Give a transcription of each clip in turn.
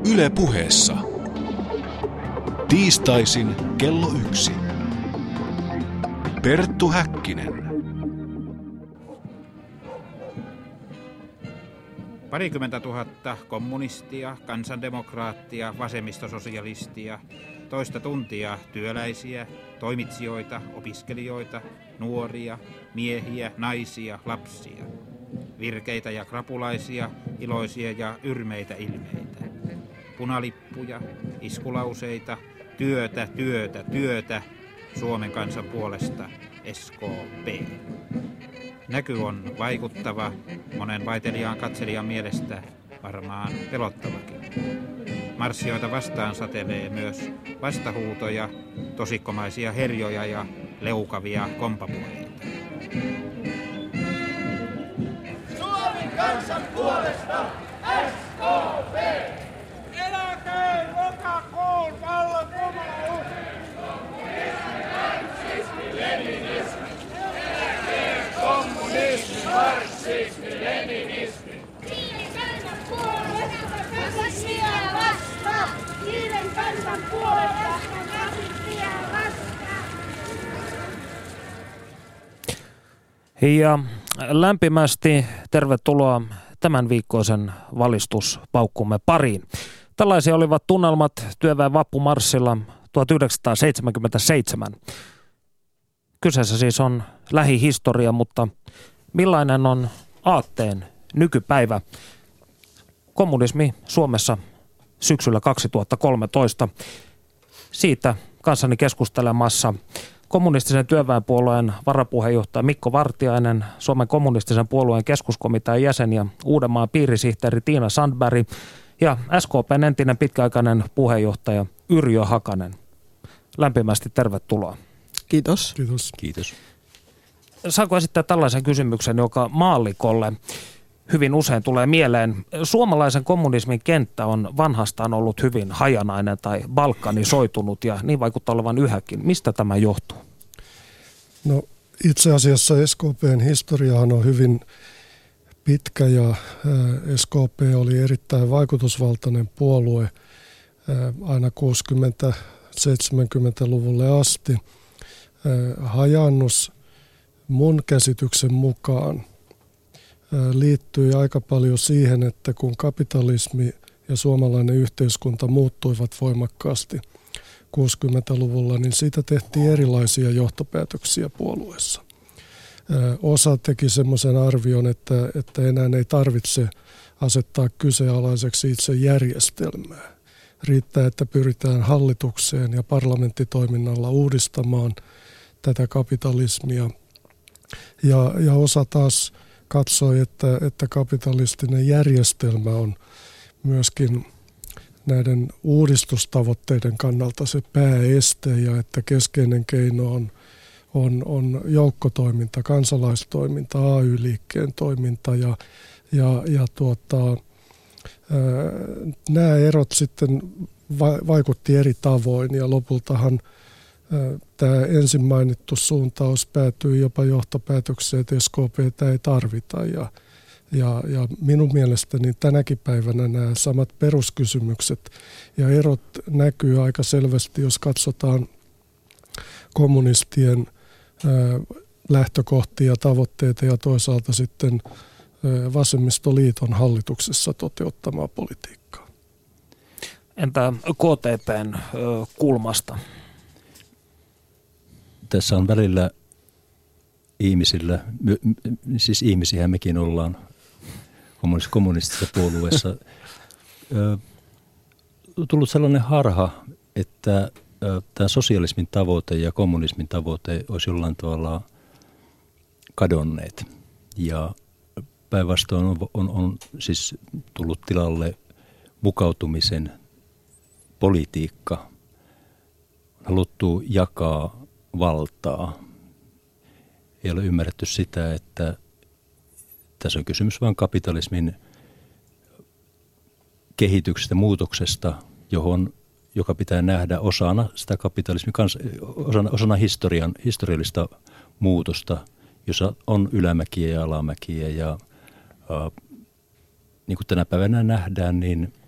Yle Puheessa. Tiistaisin kello 1. Perttu Häkkinen. Parikymmentä tuhatta kommunistia, kansandemokraattia, vasemmistososialistia, toista tuntia työläisiä, toimitsijoita, opiskelijoita, nuoria, miehiä, naisia, lapsia. Virkeitä ja krapulaisia, iloisia ja yrmeitä ilmeitä. Punalippuja, iskulauseita, työtä, työtä, työtä, Suomen kansan puolesta, SKP. Näky on vaikuttava, monen vaiteliaan katselijan mielestä varmaan pelottavakin. Marssijoita vastaan satelee myös vastahuutoja, tosikkomaisia herjoja ja leukavia kompapuheita. Suomen kansan puolesta SKP! Eläköön lokakuun vallankumous! Marksismi, leninismi! Eläköön kommunismi, marksismi, leninismi! Hiilen kansan puolesta rasismia vastaan! Hiilen kansan puolesta rasismia vastaan! Ja lämpimästi tervetuloa tämän viikkoisen valistuspaukkumme pariin. Tällaisia olivat tunnelmat työväen vappumarssilla 1977. Kyseessä siis on lähihistoria, mutta millainen on aatteen nykypäivä? Kommunismi Suomessa syksyllä 2013. Siitä kanssani keskustelemassa kommunistisen työväenpuolueen varapuheenjohtaja Mikko Vartiainen, Suomen kommunistisen puolueen keskuskomitean jäsen ja Uudenmaan piirisihteeri Tiina Sandberg ja SKP:n entinen pitkäaikainen puheenjohtaja Yrjö Hakanen. Lämpimästi tervetuloa. Kiitos. Kiitos. Kiitos. Saanko esittää tällaisen kysymyksen, joka maallikolle hyvin usein tulee mieleen? Suomalaisen kommunismin kenttä on vanhastaan ollut hyvin hajanainen tai balkanisoitunut ja niin vaikuttaa olevan yhäkin. Mistä tämä johtuu? No itse asiassa SKP:n historiahan on hyvin pitkä ja SKP oli erittäin vaikutusvaltainen puolue aina 60-70-luvulle asti. Hajannus mun käsityksen mukaan liittyi aika paljon siihen, että kun kapitalismi ja suomalainen yhteiskunta muuttuivat voimakkaasti 60-luvulla, niin siitä tehtiin erilaisia johtopäätöksiä puolueessa. Osa teki semmoisen arvion, että enää ei tarvitse asettaa kyseenalaiseksi itse järjestelmää. Riittää, että pyritään hallitukseen ja parlamenttitoiminnalla uudistamaan tätä kapitalismia. Ja osa taas katsoi, että kapitalistinen järjestelmä on myöskin näiden uudistustavoitteiden kannalta se pääeste ja että keskeinen keino on joukkotoiminta, kansalaistoiminta, AY-liikkeen toiminta nämä erot sitten vaikutti eri tavoin ja lopultahan tämä ensin mainittu suuntaus päätyi jopa johtopäätökseen, että SKP:tä ei tarvita ja minun mielestäni tänäkin päivänä nämä samat peruskysymykset ja erot näkyy aika selvästi, jos katsotaan kommunistien lähtökohtia, tavoitteita ja toisaalta sitten vasemmistoliiton hallituksessa toteuttamaa politiikkaa. Entä KTP:n kulmasta? Tässä on välillä ihmisillä, siis ihmisiä mekin ollaan kommunistisessa puolueessa, tullut sellainen harha, että tämä sosialismin tavoite ja kommunismin tavoite olisi jollain tavalla kadonneet. Ja päinvastoin on siis tullut tilalle mukautumisen politiikka. Haluttu jakaa valtaa. Ei ole ymmärretty sitä, että tässä on kysymys vain kapitalismin kehityksestä, muutoksesta, joka pitää nähdä osana sitä kapitalismin osana historiallista muutosta, jossa on ylämäkiä ja alamäkiä. Ja niin kuin tänä päivänä nähdään, niin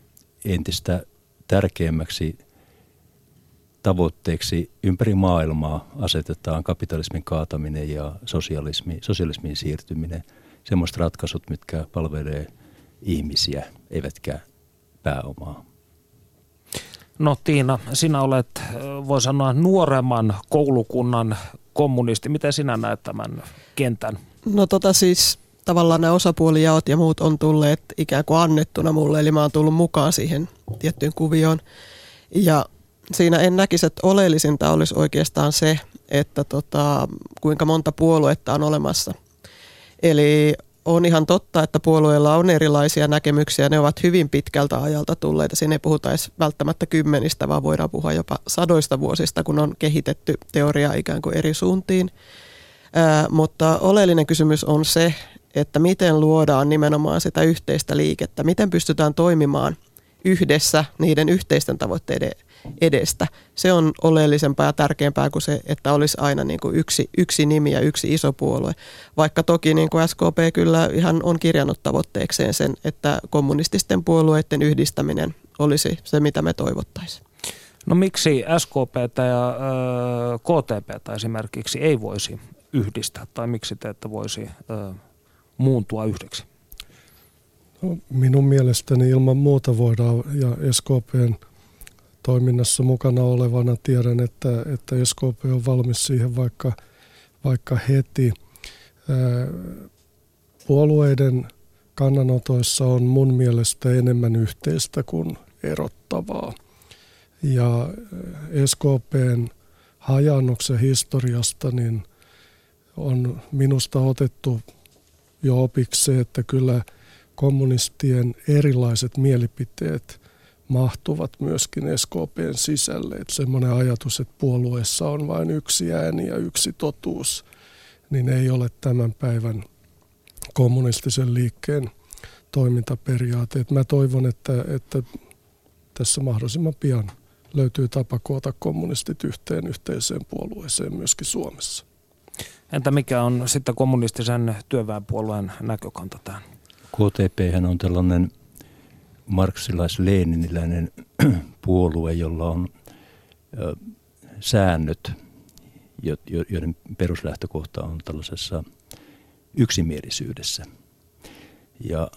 entistä tärkeämmäksi tavoitteeksi ympäri maailmaa asetetaan kapitalismin kaataminen ja sosialismiin siirtyminen. Semmoiset ratkaisut, mitkä palvelee ihmisiä, eivätkä pääomaa. No Tiina, sinä olet, voi sanoa, nuoremman koulukunnan kommunisti. Miten sinä näet tämän kentän? No siis tavallaan nämä osapuolijaot ja muut on tulleet ikään kuin annettuna mulle, eli mä oon tullut mukaan siihen tiettyyn kuvioon. Ja siinä en näkisi, että oleellisinta olisi oikeastaan se, että kuinka monta puoluetta on olemassa. Eli on ihan totta, että puolueilla on erilaisia näkemyksiä. Ne ovat hyvin pitkältä ajalta tulleita. Siinä ei puhuta edes välttämättä 10, vaan voidaan puhua jopa 100 vuosista, kun on kehitetty teoriaa ikään kuin eri suuntiin. Mutta oleellinen kysymys on se, että miten luodaan nimenomaan sitä yhteistä liikettä. Miten pystytään toimimaan yhdessä niiden yhteisten tavoitteiden edestä. Se on oleellisempaa ja tärkeämpää kuin se, että olisi aina niin kuin yksi nimi ja yksi iso puolue. Vaikka toki niin kuin SKP kyllä ihan on kirjannut tavoitteekseen sen, että kommunististen puolueiden yhdistäminen olisi se, mitä me toivottaisiin. No miksi SKP:tä ja KTP:tä esimerkiksi ei voisi yhdistää, tai miksi te ette voisi muuntua yhdeksi? No, minun mielestäni ilman muuta voidaan, ja SKP:n toiminnassa mukana olevana tiedän, että SKP on valmis siihen vaikka heti. Puolueiden kannanotoissa on mun mielestä enemmän yhteistä kuin erottavaa. Ja SKP:n hajannuksen historiasta niin on minusta otettu jo opiksi se, että kyllä kommunistien erilaiset mielipiteet mahtuvat myöskin SKP:n sisälle. Että semmoinen ajatus, että puolueessa on vain yksi ääni ja yksi totuus, niin ei ole tämän päivän kommunistisen liikkeen toimintaperiaate. Et mä toivon, että tässä mahdollisimman pian löytyy tapa koota kommunistit yhteiseen puolueeseen myöskin Suomessa. Entä mikä on sitten kommunistisen työväenpuolueen näkökanta tähän? KTP:hän on tällainen marksilais-leniniläinen puolue, jolla on säännöt, joiden peruslähtökohta on tällaisessa yksimielisyydessä. Ja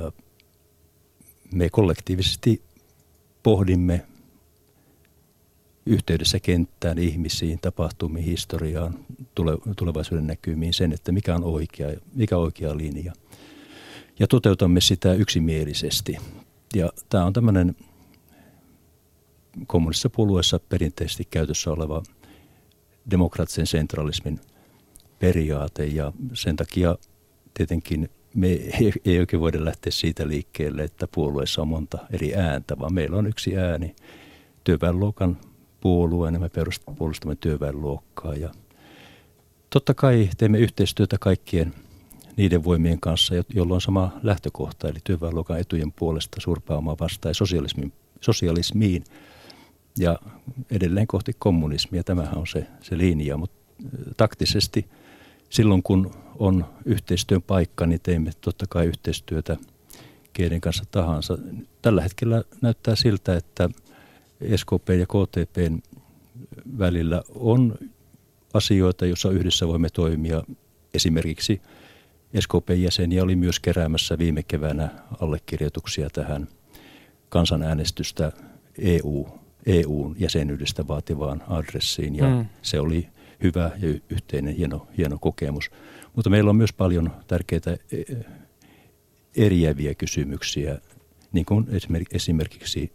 me kollektiivisesti pohdimme yhteydessä kenttään, ihmisiin, tapahtumiin, historiaan, tulevaisuuden näkymiin sen, että mikä on oikea linja. Ja toteutamme sitä yksimielisesti. Ja tämä on tämmöinen kommunistisessa puolueessa perinteisesti käytössä oleva demokraattisen sentralismin periaate. Ja sen takia tietenkin me ei oikein voida lähteä siitä liikkeelle, että puolueessa on monta eri ääntä, vaan meillä on yksi ääni työväenluokan puolueena. Me puolustamme työväenluokkaa ja totta kai teemme yhteistyötä kaikkien niiden voimien kanssa, joilla on sama lähtökohta, eli työväenluokan etujen puolesta suurpääomaa vastaan ja sosialismiin ja edelleen kohti kommunismia. Tämähän on se linja, mutta taktisesti silloin kun on yhteistyön paikka, niin teemme totta kai yhteistyötä keiden kanssa tahansa. Tällä hetkellä näyttää siltä, että SKP ja KTP:n välillä on asioita, joissa yhdessä voimme toimia. Esimerkiksi SKP-jäseniä oli myös keräämässä viime keväänä allekirjoituksia tähän kansanäänestystä EU:n jäsenyydestä vaativaan adressiin. Ja se oli hyvä ja yhteinen hieno kokemus. Mutta meillä on myös paljon tärkeitä eriäviä kysymyksiä, niin kuin esimerkiksi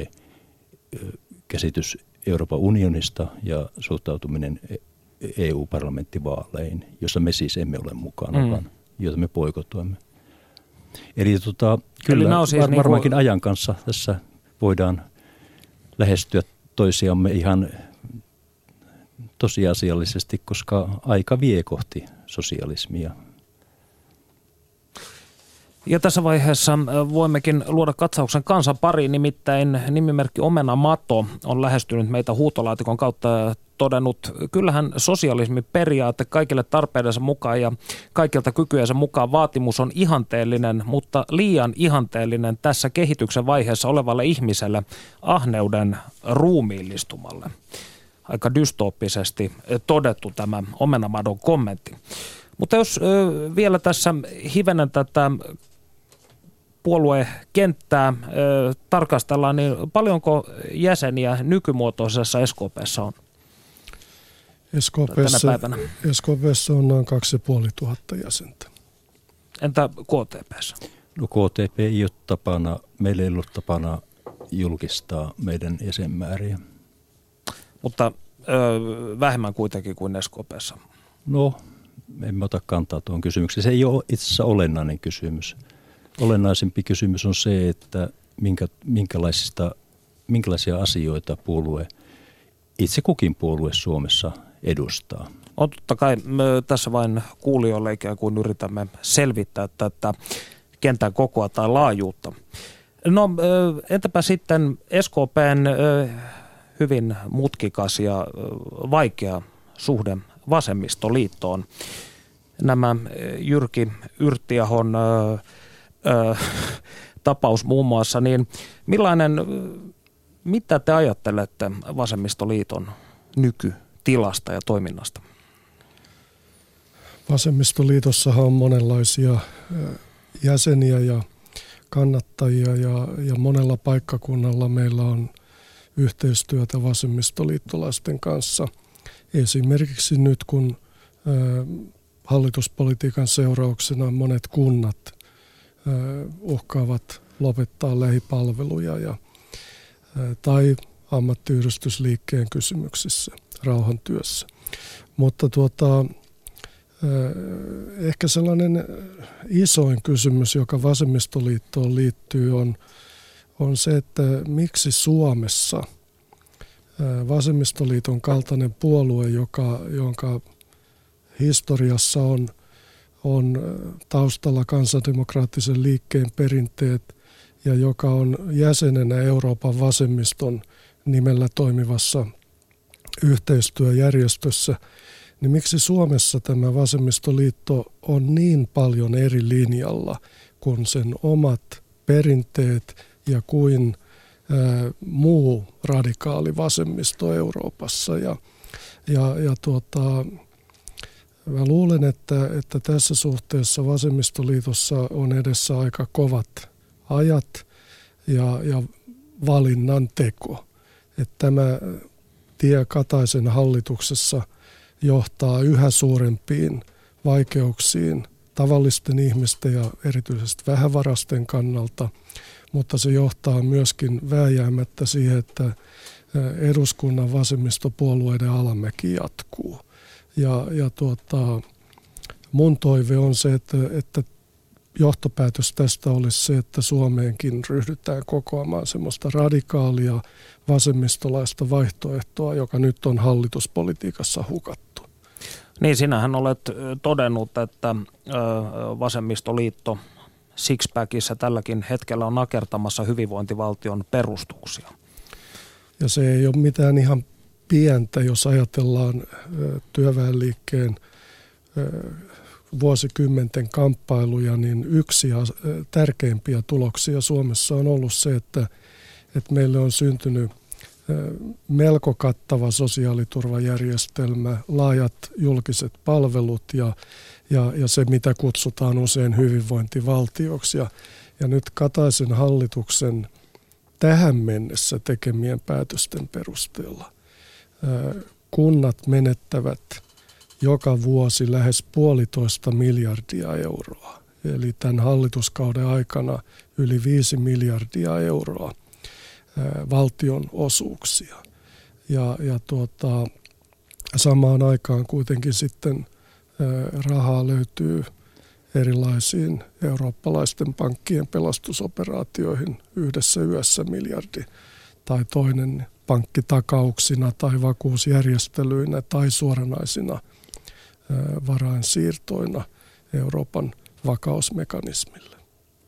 käsitys Euroopan unionista ja suhtautuminen EU-parlamenttivaaleihin, jossa me siis emme ole mukana, vaan joita me boikotoimme. Eli kyllä siis varmaankin ajan kanssa tässä voidaan lähestyä toisiamme ihan tosiasiallisesti, koska aika vie kohti sosialismia. Ja tässä vaiheessa voimmekin luoda katsauksen kansan pariin, nimittäin nimimerkki Omena Mato on lähestynyt meitä huutolaatikon kautta ja todennut, kyllähän sosialismin periaate kaikille tarpeidensa mukaan ja kaikilta kykyjensä mukaan vaatimus on ihanteellinen, mutta liian ihanteellinen tässä kehityksen vaiheessa olevalle ihmiselle ahneuden ruumiillistumalle. Aika dystooppisesti todettu tämä Omena Madon kommentti. Mutta jos vielä tässä hivenen tätä puoluekenttää tarkastellaan, niin paljonko jäseniä nykymuotoisessa SKP:ssä on tänä päivänä? SKP:ssä on noin 2500 jäsentä. Entä KTP:ssä? No KTP ei ole tapana, meillä ei ollut tapana julkistaa meidän jäsenmääriä. Mutta vähemmän kuitenkin kuin SKP:ssä. No, emme ota kantaa tuohon kysymykseen. Se ei ole itse asiassa olennainen kysymys. Olennaisempi kysymys on se, että minkälaisia asioita itse kukin puolue Suomessa edustaa. On totta kai tässä vain kuulijoille ikään kuin yritämme selvittää tätä kentän kokoa tai laajuutta. No entäpä sitten SKP:n hyvin mutkikas ja vaikea suhde vasemmistoliittoon. Nämä Jyrki Yrttiahon tapaus muun muassa, niin mitä te ajattelette vasemmistoliiton nykytilasta ja toiminnasta? Vasemmistoliitossahan on monenlaisia jäseniä ja kannattajia ja monella paikkakunnalla meillä on yhteistyötä vasemmistoliittolaisten kanssa. Esimerkiksi nyt kun hallituspolitiikan seurauksena monet kunnat uhkaavat lopettaa lähipalveluja tai ammattiyhdistysliikkeen kysymyksissä, rauhantyössä. Mutta ehkä sellainen isoin kysymys, joka vasemmistoliittoon liittyy, on se, että miksi Suomessa vasemmistoliiton kaltainen puolue, jonka historiassa on taustalla kansandemokraattisen liikkeen perinteet ja joka on jäsenenä Euroopan vasemmiston nimellä toimivassa yhteistyöjärjestössä, niin miksi Suomessa tämä vasemmistoliitto on niin paljon eri linjalla kuin sen omat perinteet ja kuin muu radikaali vasemmisto Euroopassa. Mä luulen, että tässä suhteessa vasemmistoliitossa on edessä aika kovat ajat ja valinnan teko. Että tämä tie Kataisen hallituksessa johtaa yhä suurempiin vaikeuksiin tavallisten ihmisten ja erityisesti vähävarasten kannalta, mutta se johtaa myöskin vääjäämättä siihen, että eduskunnan vasemmistopuolueiden alamäki jatkuu. Mun toive on se, että johtopäätös tästä olisi se, että Suomeenkin ryhdytään kokoamaan semmoista radikaalia vasemmistolaista vaihtoehtoa, joka nyt on hallituspolitiikassa hukattu. Niin, sinähän olet todennut, että vasemmistoliitto Sixpackissa tälläkin hetkellä on nakertamassa hyvinvointivaltion perustuksia. Ja se ei ole mitään ihan pientä, jos ajatellaan työväenliikkeen vuosikymmenten kamppailuja, niin yksi tärkeimpiä tuloksia Suomessa on ollut se, että meille on syntynyt melko kattava sosiaaliturvajärjestelmä, laajat julkiset palvelut ja se, mitä kutsutaan usein hyvinvointivaltioksi. Ja nyt Kataisen hallituksen tähän mennessä tekemien päätösten perusteella kunnat menettävät joka vuosi lähes 1,5 miljardia euroa. Eli tämän hallituskauden aikana yli 5 miljardia euroa valtion osuuksia. Samaan aikaan kuitenkin sitten rahaa löytyy erilaisiin eurooppalaisten pankkien pelastusoperaatioihin yhdessä yössä miljardi tai toinen pankkitakauksina tai vakuusjärjestelyinä tai suoranaisina varainsiirtoina Euroopan vakausmekanismille.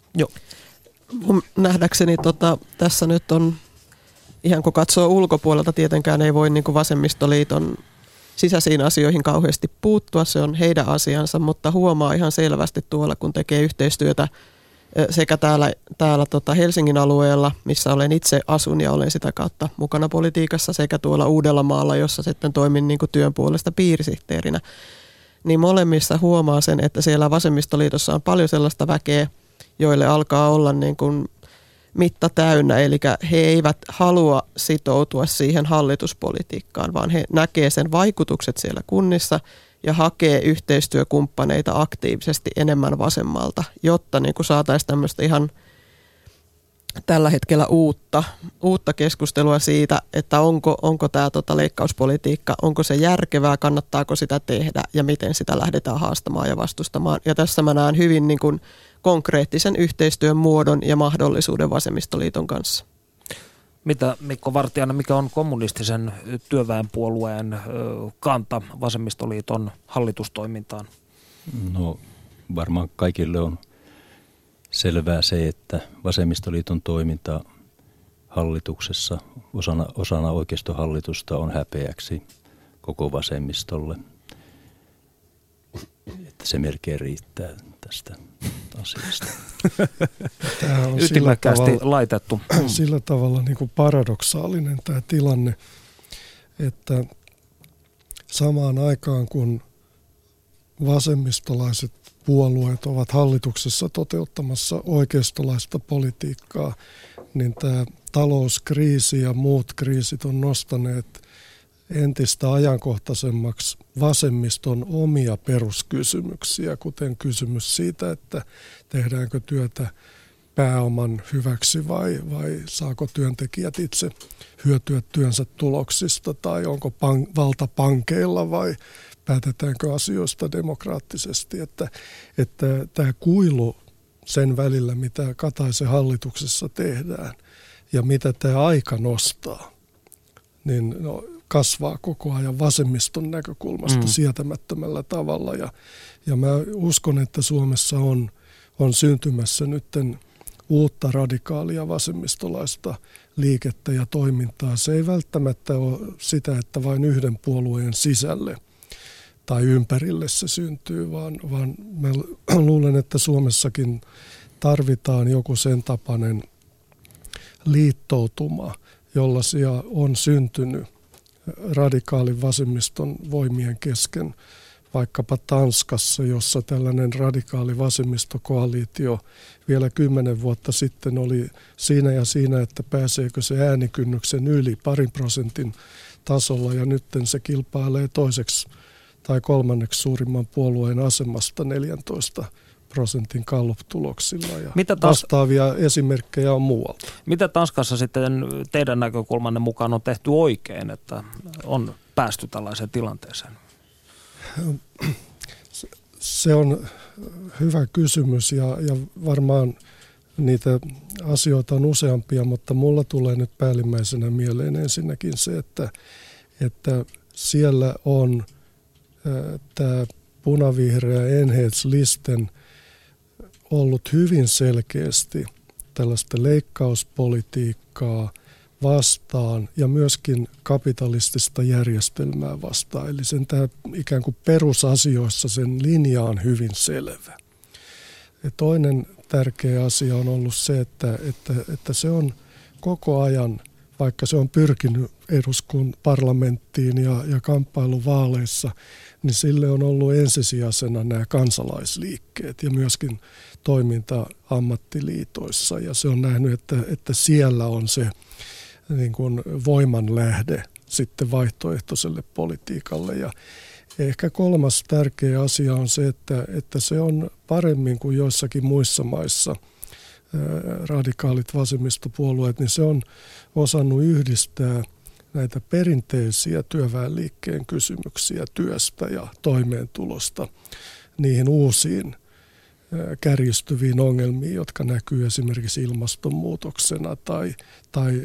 Joo. Mun nähdäkseni tässä nyt on, ihan kun katsoo ulkopuolelta, tietenkään ei voi niin kuin vasemmistoliiton sisäisiin asioihin kauheasti puuttua, se on heidän asiansa, mutta huomaa ihan selvästi tuolla, kun tekee yhteistyötä sekä täällä Helsingin alueella, missä olen itse asun ja olen sitä kautta mukana politiikassa, sekä tuolla Uudellamaalla, jossa sitten toimin niin kuin työn puolesta piirisihteerinä, niin molemmissa huomaa sen, että siellä vasemmistoliitossa on paljon sellaista väkeä, joille alkaa olla niin kuin mitta täynnä, eli he eivät halua sitoutua siihen hallituspolitiikkaan, vaan he näkee sen vaikutukset siellä kunnissa ja hakee yhteistyökumppaneita aktiivisesti enemmän vasemmalta, jotta niin kuin saataisiin tämmöistä ihan tällä hetkellä uutta keskustelua siitä, että onko tämä leikkauspolitiikka, onko se järkevää, kannattaako sitä tehdä ja miten sitä lähdetään haastamaan ja vastustamaan. Ja tässä mä näen hyvin niin kuin konkreettisen yhteistyön muodon ja mahdollisuuden vasemmistoliiton kanssa. Mitä Mikko Vartiainen, mikä on kommunistisen työväenpuolueen kanta vasemmistoliiton hallitustoimintaan? No varmaan kaikille on selvää se, että vasemmistoliiton toiminta hallituksessa osana oikeistohallitusta on häpeäksi koko vasemmistolle. Että se melkein riittää tästä asiasta. Tämä on ytimekkäästi laitettu. Sillä tavalla niin kuin paradoksaalinen tämä tilanne, että samaan aikaan kun vasemmistolaiset puolueet ovat hallituksessa toteuttamassa oikeistolaista politiikkaa, niin tämä talouskriisi ja muut kriisit on nostaneet entistä ajankohtaisemmaksi vasemmiston omia peruskysymyksiä, kuten kysymys siitä, että tehdäänkö työtä pääoman hyväksi vai saako työntekijät itse hyötyä työnsä tuloksista tai onko valta pankeilla vai päätetäänkö asioista demokraattisesti, että tämä kuilu sen välillä, mitä Kataisen hallituksessa tehdään ja mitä tämä aika nostaa, niin kasvaa koko ajan vasemmiston näkökulmasta sietämättömällä tavalla. Ja mä uskon, että Suomessa on syntymässä nyt uutta radikaalia vasemmistolaista liikettä ja toimintaa. Se ei välttämättä ole sitä, että vain yhden puolueen sisälle tai ympärille se syntyy, vaan mä luulen, että Suomessakin tarvitaan joku sen tapainen liittoutuma, jollaisia on syntynyt radikaalin vasemmiston voimien kesken, vaikkapa Tanskassa, jossa tällainen radikaali vasemmistokoalitio vielä 10 vuotta sitten oli siinä ja siinä, että pääseekö se äänikynnyksen yli 2% tasolla, ja nyt se kilpailee toiseksi tai kolmanneksi suurimman puolueen asemasta 14% Gallup-tuloksilla, ja vastaavia esimerkkejä on muualta. Mitä Tanskassa sitten teidän näkökulmanne mukaan on tehty oikein, että on päästy tällaiseen tilanteeseen? Se on hyvä kysymys ja varmaan niitä asioita on useampia, mutta mulla tulee nyt päällimmäisenä mieleen ensinnäkin se, että siellä on tämä punavihreä Enhedslisten ollut hyvin selkeästi tällaista leikkauspolitiikkaa vastaan ja myöskin kapitalistista järjestelmää vastaan. Eli sen tämä ikään kuin perusasioissa sen linja on hyvin selvä. Ja toinen tärkeä asia on ollut se, että se on koko ajan, vaikka se on pyrkinyt parlamenttiin ja kamppailuvaaleissa, niin sille on ollut ensisijaisena nämä kansalaisliikkeet ja myöskin toiminta ammattiliitoissa. Ja se on nähnyt, että siellä on se niin kuin voimanlähde sitten vaihtoehtoiselle politiikalle. Ja ehkä kolmas tärkeä asia on se, että se on paremmin kuin joissakin muissa maissa radikaalit vasemmistopuolueet, niin se on osannut yhdistää näitä perinteisiä työväenliikkeen kysymyksiä työstä ja toimeentulosta niihin uusiin kärjistyviin ongelmiin, jotka näkyy esimerkiksi ilmastonmuutoksena tai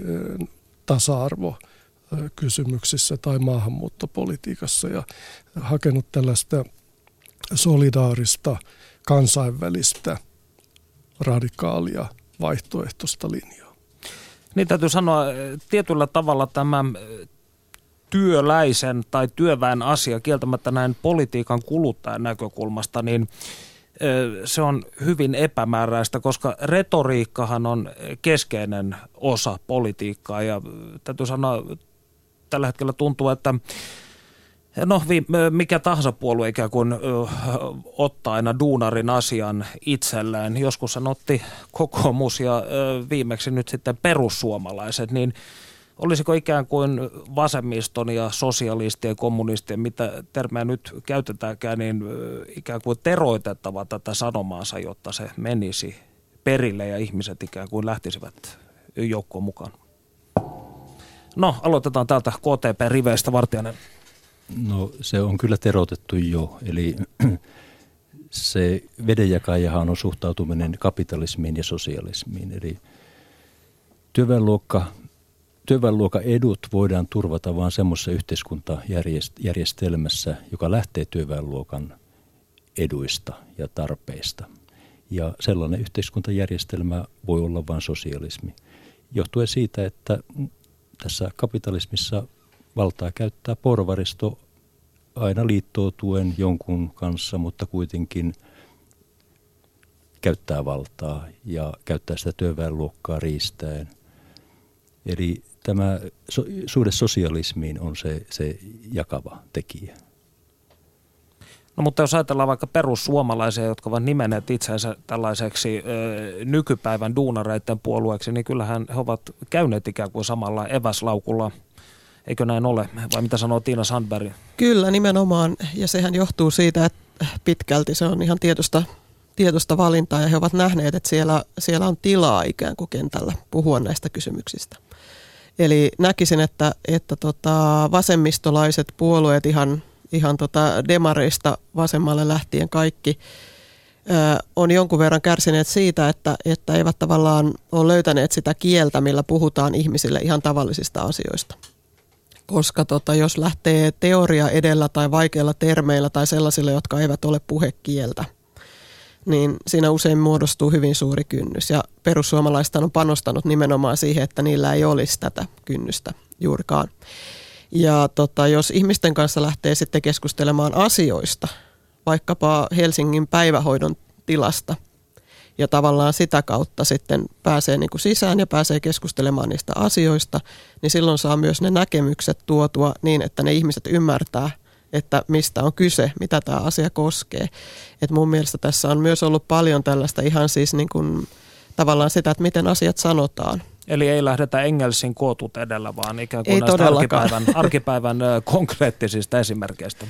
tasa-arvokysymyksissä tai maahanmuuttopolitiikassa, ja hakenut tällaista solidaarista kansainvälistä radikaalia vaihtoehtoista linjaa. Niin täytyy sanoa, tietyllä tavalla tämä työläisen tai työväen asia, kieltämättä näin politiikan kuluttajan näkökulmasta, niin se on hyvin epämääräistä, koska retoriikkahan on keskeinen osa politiikkaa ja täytyy sanoa, tällä hetkellä tuntuu, että mikä tahansa puolue ikään kuin ottaa aina duunarin asian itselleen. Joskus hän otti kokoomus ja viimeksi nyt sitten perussuomalaiset, niin olisiko ikään kuin vasemmiston ja sosialistien, kommunistien, mitä termejä nyt käytetäänkään, niin ikään kuin teroitettava tätä sanomaansa, jotta se menisi perille ja ihmiset ikään kuin lähtisivät joukkoon mukaan? No, aloitetaan täältä KTP-riveistä, Vartiainen. No se on kyllä teroitettu jo, eli se vedenjakajahan on suhtautuminen kapitalismiin ja sosialismiin, eli työväenluokan edut voidaan turvata vain semmoisessa yhteiskuntajärjestelmässä, joka lähtee työväenluokan eduista ja tarpeista. Ja sellainen yhteiskuntajärjestelmä voi olla vain sosialismi, johtuen siitä, että tässä kapitalismissa valtaa käyttää porvaristo aina liittoutuen jonkun kanssa, mutta kuitenkin käyttää valtaa ja käyttää sitä työväenluokkaa riistäen. Eli tämä suhde sosialismiin on se jakava tekijä. No mutta jos ajatellaan vaikka perussuomalaisia, jotka ovat nimenneet itseänsä tällaiseksi nykypäivän duunareiden puolueeksi, niin kyllähän he ovat käyneet ikään kuin samalla eväslaukulla. Eikö näin ole? Vai mitä sanoo Tiina Sandberg? Kyllä, nimenomaan. Ja sehän johtuu siitä, että pitkälti se on ihan tietoista valintaa. Ja he ovat nähneet, että siellä on tilaa ikään kuin kentällä puhua näistä kysymyksistä. Eli näkisin, että vasemmistolaiset puolueet ihan demareista vasemmalle lähtien kaikki on jonkun verran kärsineet siitä, että eivät tavallaan ole löytäneet sitä kieltä, millä puhutaan ihmisille ihan tavallisista asioista. Koska jos lähtee teoria edellä tai vaikeilla termeillä tai sellaisilla, jotka eivät ole puhekieltä, niin siinä usein muodostuu hyvin suuri kynnys. Ja perussuomalaiset on panostanut nimenomaan siihen, että niillä ei olisi tätä kynnystä juurikaan. Ja jos ihmisten kanssa lähtee sitten keskustelemaan asioista, vaikkapa Helsingin päivähoidon tilasta, ja tavallaan sitä kautta sitten pääsee niin kuin sisään ja pääsee keskustelemaan niistä asioista, niin silloin saa myös ne näkemykset tuotua niin, että ne ihmiset ymmärtää, että mistä on kyse, mitä tämä asia koskee. Et mun mielestä tässä on myös ollut paljon tällaista ihan siis niin kuin tavallaan sitä, että miten asiat sanotaan. Eli ei lähdetä Engelsin kootut edellä, vaan ikään kuin näistä arkipäivän konkreettisista esimerkkeistä.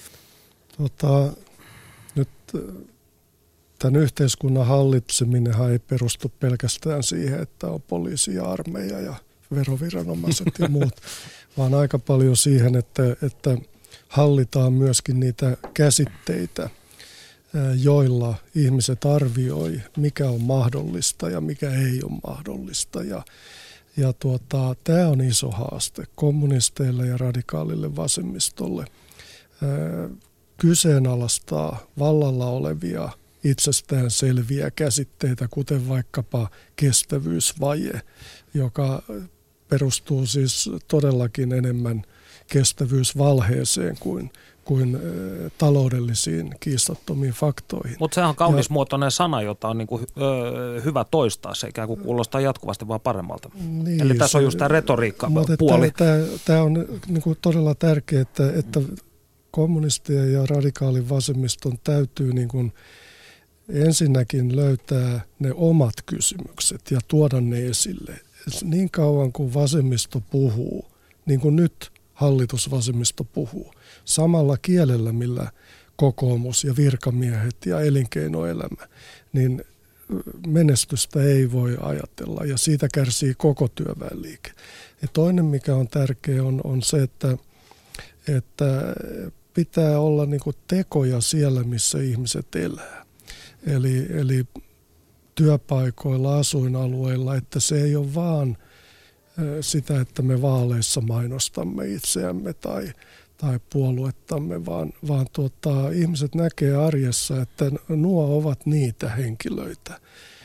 Nyt tämän yhteiskunnan hallitseminenhan ei perustu pelkästään siihen, että on poliisi ja armeija ja veroviranomaiset ja muut, vaan aika paljon siihen, että hallitaan myöskin niitä käsitteitä, joilla ihmiset arvioi, mikä on mahdollista ja mikä ei ole mahdollista. Ja tämä on iso haaste kommunisteille ja radikaalille vasemmistolle kyseenalaistaa vallalla olevia itsestään selviä käsitteitä, kuten vaikkapa kestävyysvaje, joka perustuu siis todellakin enemmän kestävyysvalheeseen kuin taloudellisiin kiistattomiin faktoihin. Mutta sehän on kaunismuotoinen sana, jota on niinku, hyvä toistaa. Se ikään kuin kuulostaa jatkuvasti vaan paremmalta. Niin, eli tässä on just tämä retoriikka-puoli. Tämä on niinku todella tärkeää, että kommunistien ja radikaalin vasemmiston täytyy niinku ensinnäkin löytää ne omat kysymykset ja tuoda ne esille. Niin kauan kuin vasemmisto puhuu, niin kuin nyt hallitusvasemmisto puhuu, samalla kielellä, millä kokoomus ja virkamiehet ja elinkeinoelämä, niin menestystä ei voi ajatella ja siitä kärsii koko työväenliike. Ja toinen, mikä on tärkeä, on se, että pitää olla niinku tekoja siellä, missä ihmiset elää. Eli työpaikoilla, asuinalueilla, että se ei ole vaan sitä, että me vaaleissa mainostamme itseämme tai puoluettamme, vaan ihmiset näkee arjessa, että nuo ovat niitä henkilöitä,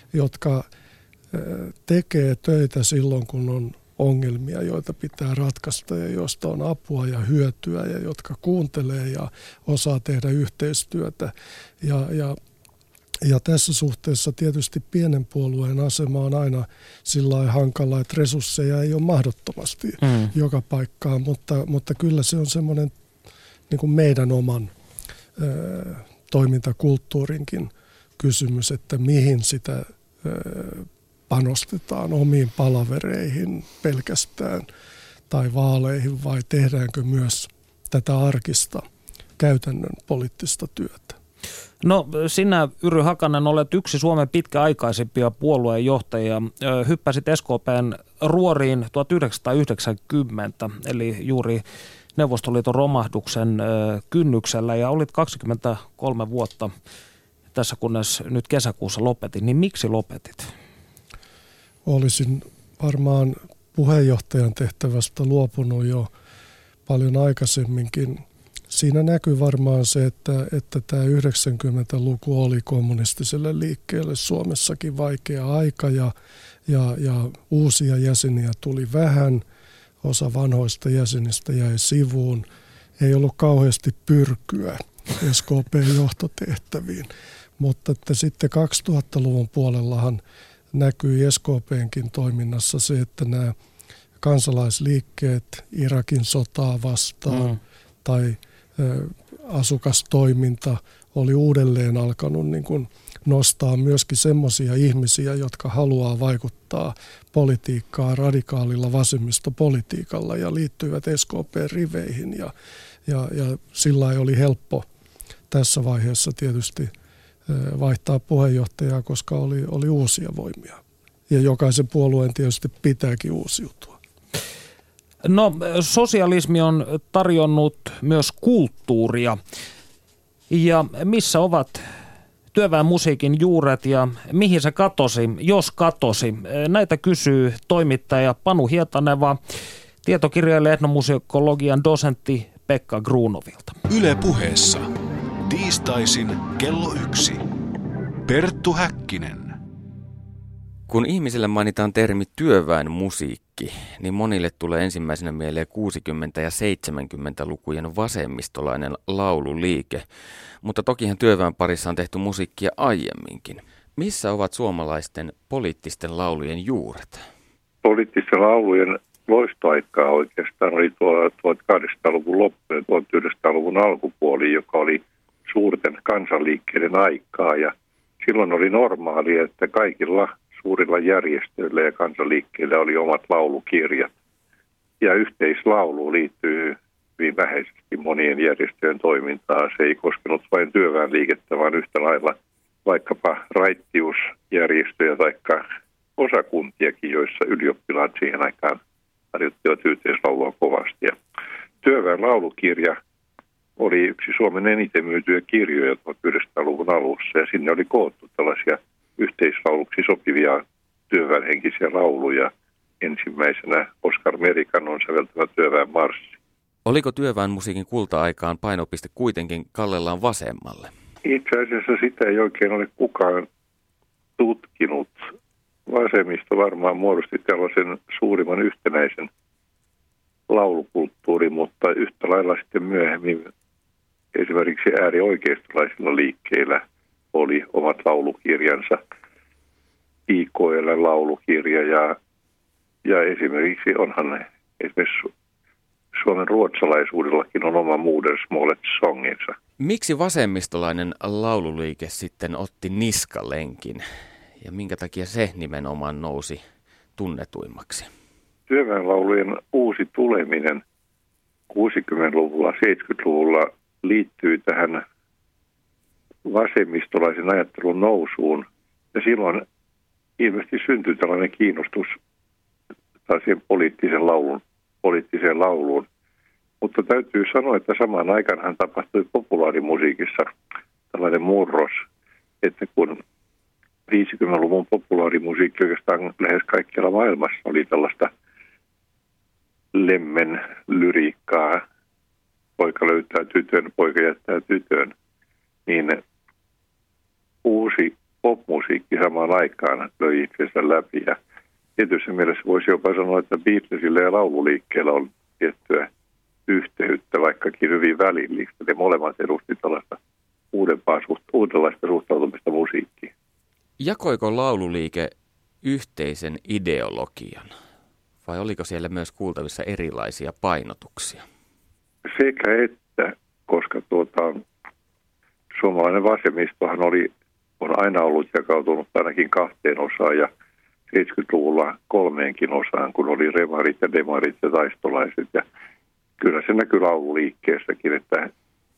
jotka tekee töitä silloin, kun on ongelmia, joita pitää ratkaista ja joista on apua ja hyötyä ja jotka kuuntelee ja osaa tehdä yhteistyötä. Ja tässä suhteessa tietysti pienen puolueen asema on aina sillä lailla hankala, että resursseja ei ole mahdottomasti joka paikkaan, mutta kyllä se on semmoinen niin kuin meidän oman toimintakulttuurinkin kysymys, että mihin sitä panostetaan, omiin palavereihin pelkästään tai vaaleihin vai tehdäänkö myös tätä arkista käytännön poliittista työtä. No sinä, Yry Hakanen, olet yksi Suomen pitkäaikaisimpia puolueenjohtajia. Hyppäsit SKP:n ruoriin 1990, eli juuri Neuvostoliiton romahduksen kynnyksellä, ja olit 23 vuotta tässä, kunnes nyt kesäkuussa lopetit. Niin miksi lopetit? Olisin varmaan puheenjohtajan tehtävästä luopunut jo paljon aikaisemminkin. Siinä näkyy varmaan se, että tämä 90-luku oli kommunistiselle liikkeelle Suomessakin vaikea aika ja uusia jäseniä tuli vähän. Osa vanhoista jäsenistä jäi sivuun. Ei ollut kauheasti pyrkyä SKP-johtotehtäviin, mutta että sitten 2000-luvun puolellahan näkyy SKP:nkin toiminnassa se, että nämä kansalaisliikkeet Irakin sotaa vastaan tai asukastoiminta oli uudelleen alkanut niin kuin nostaa myöskin semmoisia ihmisiä, jotka haluaa vaikuttaa politiikkaan radikaalilla vasemmistopolitiikalla ja liittyivät SKP-riveihin ja sillä oli helppo tässä vaiheessa tietysti vaihtaa puheenjohtajaa, koska oli uusia voimia. Ja jokaisen puolueen tietysti pitääkin uusiutua. No, sosialismi on tarjonnut myös kulttuuria. Ja missä ovat työväen musiikin juuret ja mihin se katosi, jos katosi? Näitä kysyy toimittaja Panu Hietaneva, tietokirjailija etnomusikologian dosentti Pekka Gruunovilta. Yle Puheessa. Tiistaisin kello 1. Perttu Häkkinen. Kun ihmisille mainitaan termi työväen musiikki, niin monille tulee ensimmäisenä mieleen 60- ja 70-lukujen vasemmistolainen laululiike. Mutta tokihan työväen parissa on tehty musiikkia aiemminkin. Missä ovat suomalaisten poliittisten laulujen juuret? Poliittisten laulujen loistoaikaa oikeastaan oli 1800-luvun loppu ja 1900-luvun alkupuoli, joka oli suurten kansanliikkeiden aikaa. Ja silloin oli normaalia, että kaikilla suurilla järjestöillä ja kansanliikkeillä oli omat laulukirjat. Ja yhteislaulu liittyy hyvin vähäisesti monien järjestöjen toimintaan. Se ei koskenut vain työväenliikettä, vaan yhtä lailla vaikkapa raittiusjärjestöjä tai osakuntiakin, joissa ylioppilaat siihen aikaan harjoittivat yhteislaulua kovasti. Ja työväen laulukirja oli yksi Suomen eniten myytyjä kirjoja 1900-luvun alussa, ja sinne oli koottu tällaisia yhteislauluksi sopivia työväenhenkisiä lauluja. Ensimmäisenä Oskar Merikannon säveltämä työväen marssi. Oliko työväen musiikin kulta-aikaan painopiste kuitenkin kallellaan vasemmalle? Itse asiassa sitä ei oikein ole kukaan tutkinut. Vasemmisto varmaan muodosti tällaisen suurimman yhtenäisen laulukulttuurin, mutta yhtä lailla sitten myöhemmin esimerkiksi äärioikeistolaisilla liikkeillä oli omat laulukirjansa. IKL:n laulukirja ja esimerkiksi onhan esimerkiksi Suomen ruotsalaisuudellakin on oma Modersmålet songinsa. Miksi vasemmistolainen laululiike sitten otti niskalenkin ja minkä takia se nimenomaan nousi tunnetuimmaksi? Työväenlaulujen uusi tuleminen 60-luvulla, 70-luvulla liittyy tähän vasemmistolaisen ajattelun nousuun. Ja silloin ilmeisesti syntyi tällainen kiinnostus siihen poliittiseen lauluun. Mutta täytyy sanoa, että samaan aikaan tapahtui populaarimusiikissa tällainen murros, että kun 50-luvun populaarimusiikki oikeastaan lähes kaikkialla maailmassa oli tällaista lemmen lyriikkaa, poika löytää tytön, poika jättää tytön, niin uusi popmusiikki samaan aikaan löi itsensä läpi. Ja tietysti mielessä voisi jopa sanoa, että Beatlesilla ja laululiikkeellä on tiettyä yhteyttä, vaikkakin hyvin välillistä. Ne molemmat edusti tällaista uudenlaista suhtautumista musiikkiin. Jakoiko laululiike yhteisen ideologian vai oliko siellä myös kuultavissa erilaisia painotuksia? Sekä että, koska suomalainen vasemmistohan on aina ollut jakautunut ainakin kahteen osaan ja 70-luvulla 3 osaan, kun oli remarit ja demarit ja taistolaiset. Ja kyllä se näkyy laululiikkeessäkin, että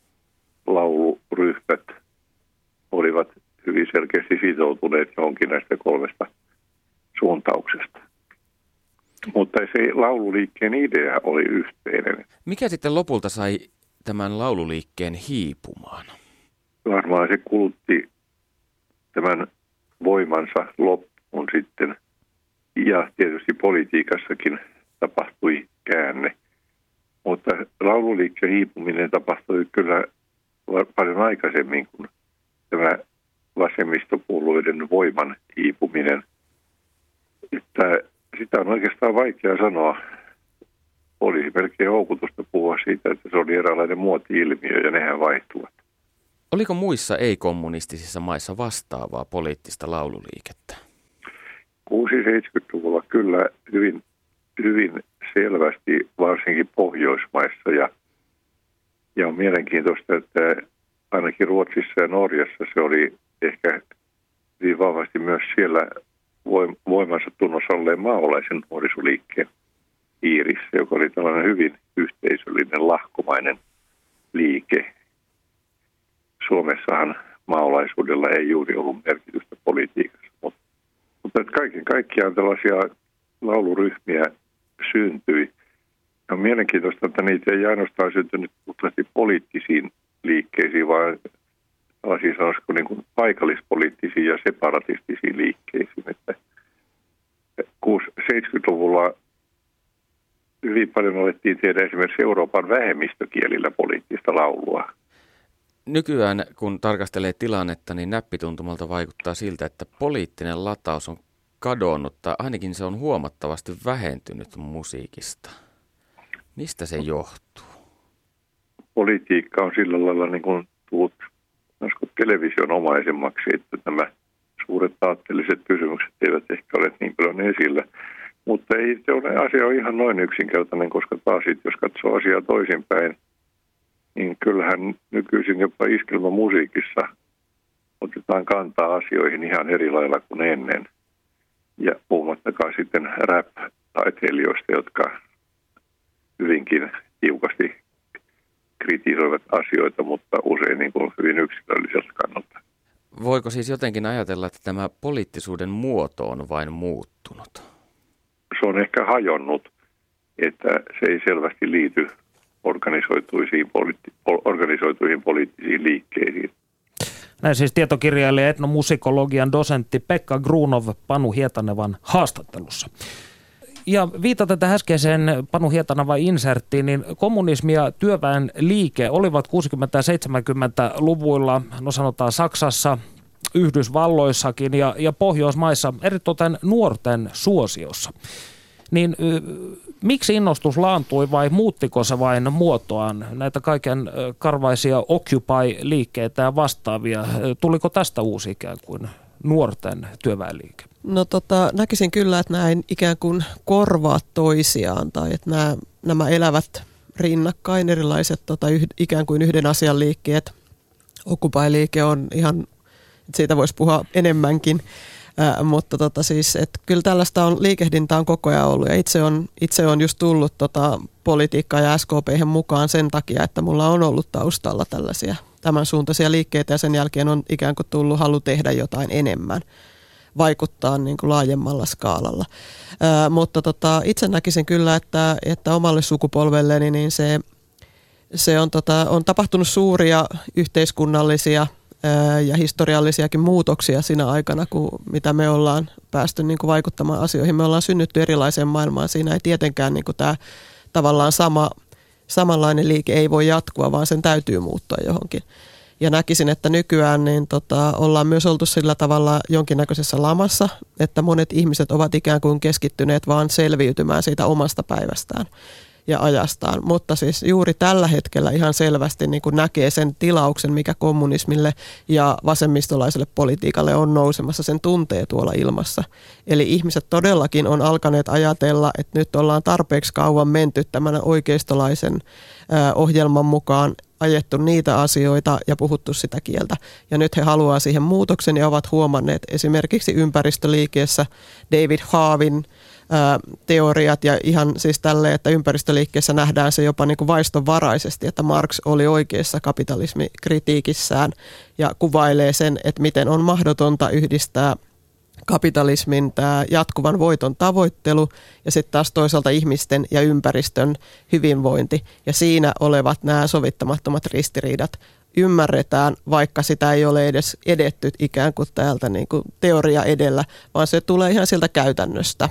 lauluryhmät olivat hyvin selkeästi sitoutuneet johonkin näistä 3 suuntauksesta. Mutta se laululiikkeen idea oli yhteinen. Mikä sitten lopulta sai tämän laululiikkeen hiipumaan? Varmaan se kulutti tämän voimansa loppuun sitten. Ja tietysti politiikassakin tapahtui käänne. Mutta laululiikkeen hiipuminen tapahtui kyllä paljon aikaisemmin kuin tämä vasemmistopuolueiden voiman hiipuminen. Että sitä on oikeastaan vaikea sanoa. Olisi melkein houkutusta puhua siitä, että se oli eräänlainen muoti-ilmiö ja nehän vaihtuvat. Oliko muissa ei-kommunistisissa maissa vastaavaa poliittista laululiikettä? 60-70-luvulla kyllä hyvin selvästi, varsinkin Pohjoismaissa. Ja on mielenkiintoista, että ainakin Ruotsissa ja Norjassa se oli ehkä hyvin vahvasti myös siellä voimansa tunnossa olleen maalaisen nuorisoliikkeen piirissä, joka oli tällainen hyvin yhteisöllinen, lahkomainen liike. Suomessahan maalaisuudella ei juuri ollut merkitystä politiikassa, mutta kaiken kaikkiaan tällaisia lauluryhmiä syntyi. On mielenkiintoista, että niitä ei ainoastaan syntynyt puhtaasti poliittisiin liikkeisiin, vaan tällaisiin sanoisiko niin kuin paikallispoliittisiin ja separatistisiin liikkeisiin. Että 70-luvulla hyvin paljon alettiin tehdä esimerkiksi Euroopan vähemmistökielillä poliittista laulua. Nykyään, kun tarkastelee tilannetta, niin näppituntumalta vaikuttaa siltä, että poliittinen lataus on kadonnut, tai ainakin se on huomattavasti vähentynyt musiikista. Mistä se johtuu? Politiikka on sillä lailla niin kuin tullut television omaisemmaksi, että nämä suuret aatteelliset kysymykset eivät ehkä ole niin paljon esillä. Mutta ei se ole asia on ihan noin yksinkertainen, koska taas jos katsoo asiaa toisinpäin, niin kyllähän nykyisin jopa iskelmämusiikissa otetaan kantaa asioihin ihan eri lailla kuin ennen. Ja puhumattakaan sitten rap-taiteilijoista, jotka hyvinkin tiukasti kritisoivat asioita, mutta usein niin kuin hyvin yksilölliseltä kannalta. Voiko siis jotenkin ajatella, että tämä poliittisuuden muoto on vain muuttunut? Se on ehkä hajonnut, että se ei selvästi liity organisoituihin poliittisiin liikkeisiin. Näin siis tietokirjailija etnomusikologian dosentti Pekka Grunov Panu Hietanevan haastattelussa. Ja viitaten tähän äskeiseen Panu Hietanevan inserttiin, niin kommunismi ja työväen liike olivat 60- ja 70-luvuilla, no sanotaan Saksassa, Yhdysvalloissakin ja Pohjoismaissa eritoten nuorten suosiossa. Niin miksi innostus laantui vai muuttiko se vain muotoaan, näitä kaiken karvaisia Occupy-liikkeitä ja vastaavia? Tuliko tästä uusi ikään kuin nuorten työväenliike? No näkisin kyllä, että nämä ikään kuin korvaa toisiaan tai että nämä elävät rinnakkain erilaiset ikään kuin yhden asian liikkeet. Occupy-liike on ihan, siitä voisi puhua enemmänkin. Mutta siis, että kyllä tällaista liikehdintää on koko ajan ollut ja itse on just tullut politiikkaa ja SKP:hen mukaan sen takia, että mulla on ollut taustalla tällaisia tämän suuntaisia liikkeitä ja sen jälkeen on ikään kuin tullut halu tehdä jotain enemmän, vaikuttaa niin kuin laajemmalla skaalalla. Mutta itse näkisin kyllä, että omalle sukupolvelleni niin se on tapahtunut suuria yhteiskunnallisia ja historiallisiakin muutoksia siinä aikana, mitä me ollaan päästy niin kuin vaikuttamaan asioihin. Me ollaan synnytty erilaiseen maailmaan. Siinä ei tietenkään niin kuin tämä tavallaan samanlainen liike ei voi jatkua, vaan sen täytyy muuttua johonkin. Ja näkisin, että nykyään niin ollaan myös oltu sillä tavalla jonkinnäköisessä lamassa, että monet ihmiset ovat ikään kuin keskittyneet vaan selviytymään siitä omasta päivästään ja ajastaan. Mutta siis juuri tällä hetkellä ihan selvästi niin kuin näkee sen tilauksen, mikä kommunismille ja vasemmistolaiselle politiikalle on nousemassa, sen tuntee tuolla ilmassa. Eli ihmiset todellakin on alkaneet ajatella, että nyt ollaan tarpeeksi kauan menty tämän oikeistolaisen ohjelman mukaan, ajettu niitä asioita ja puhuttu sitä kieltä. Ja nyt he haluaa siihen muutoksen ja ovat huomanneet esimerkiksi ympäristöliikkeessä David Harvin teoriat ja ihan siis tälleen, että ympäristöliikkeessä nähdään se jopa niin kuin vaistonvaraisesti, että Marx oli oikeassa kapitalismikritiikissään ja kuvailee sen, että miten on mahdotonta yhdistää kapitalismin tämä jatkuvan voiton tavoittelu ja sitten taas toisaalta ihmisten ja ympäristön hyvinvointi ja siinä olevat nämä sovittamattomat ristiriidat ymmärretään, vaikka sitä ei ole edes edetty ikään kuin täältä niin kuin teoria edellä, vaan se tulee ihan sieltä käytännöstä.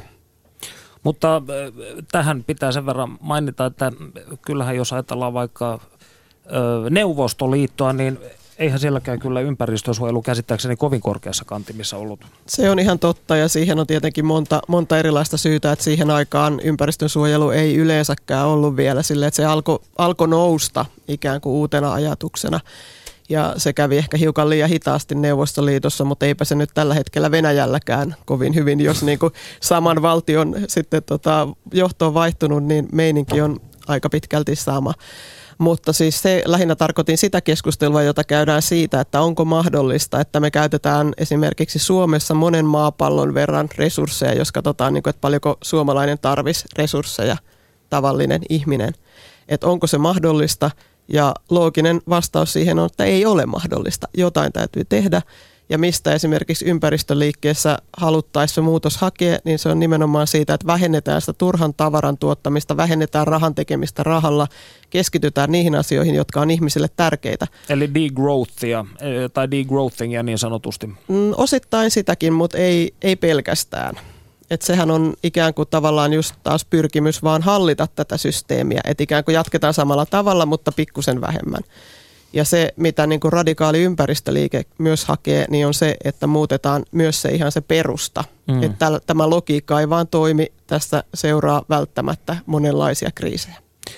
Mutta tähän pitää sen verran mainita, että kyllähän jos ajatellaan vaikka Neuvostoliittoa, niin eihän sielläkään kyllä ympäristönsuojelu käsittääkseni kovin korkeassa kantimissa ollut. Se on ihan totta ja siihen on tietenkin monta erilaista syytä, että siihen aikaan ympäristönsuojelu ei yleensäkään ollut vielä silleen, että se alkoi nousta ikään kuin uutena ajatuksena. Ja se kävi ehkä hiukan liian hitaasti Neuvostoliitossa, mutta eipä se nyt tällä hetkellä Venäjälläkään kovin hyvin, jos niin kuin saman valtion sitten johto on vaihtunut, niin meininki on aika pitkälti sama. Mutta siis se lähinnä tarkoitin sitä keskustelua, jota käydään siitä, että onko mahdollista, että me käytetään esimerkiksi Suomessa monen maapallon verran resursseja, jos katsotaan, niin kuin, että paljonko suomalainen tarvisi resursseja, tavallinen ihminen. Että onko se mahdollista ja looginen vastaus siihen on, että ei ole mahdollista. Jotain täytyy tehdä ja mistä esimerkiksi ympäristöliikkeessä haluttaisiin muutos hakea, niin se on nimenomaan siitä, että vähennetään sitä turhan tavaran tuottamista, vähennetään rahan tekemistä rahalla, keskitytään niihin asioihin, jotka on ihmisille tärkeitä. Eli degrowthia tai degrowthingia niin sanotusti. Osittain sitäkin, mutta ei pelkästään. Että sehän on ikään kuin tavallaan just taas pyrkimys vaan hallita tätä systeemiä, että ikään kuin jatketaan samalla tavalla, mutta pikkusen vähemmän. Ja se, mitä niin kuin radikaali ympäristöliike myös hakee, niin on se, että muutetaan myös se ihan se perusta. Että tämä logiikka ei vaan toimi, tästä seuraa välttämättä monenlaisia kriisejä.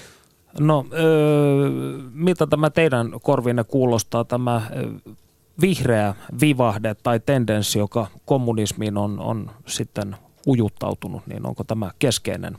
No, miltä tämä teidän korvinne kuulostaa, tämä vihreä vivahde tai tendenssi, joka kommunismiin on sitten ujuttautunut, niin onko tämä keskeinen?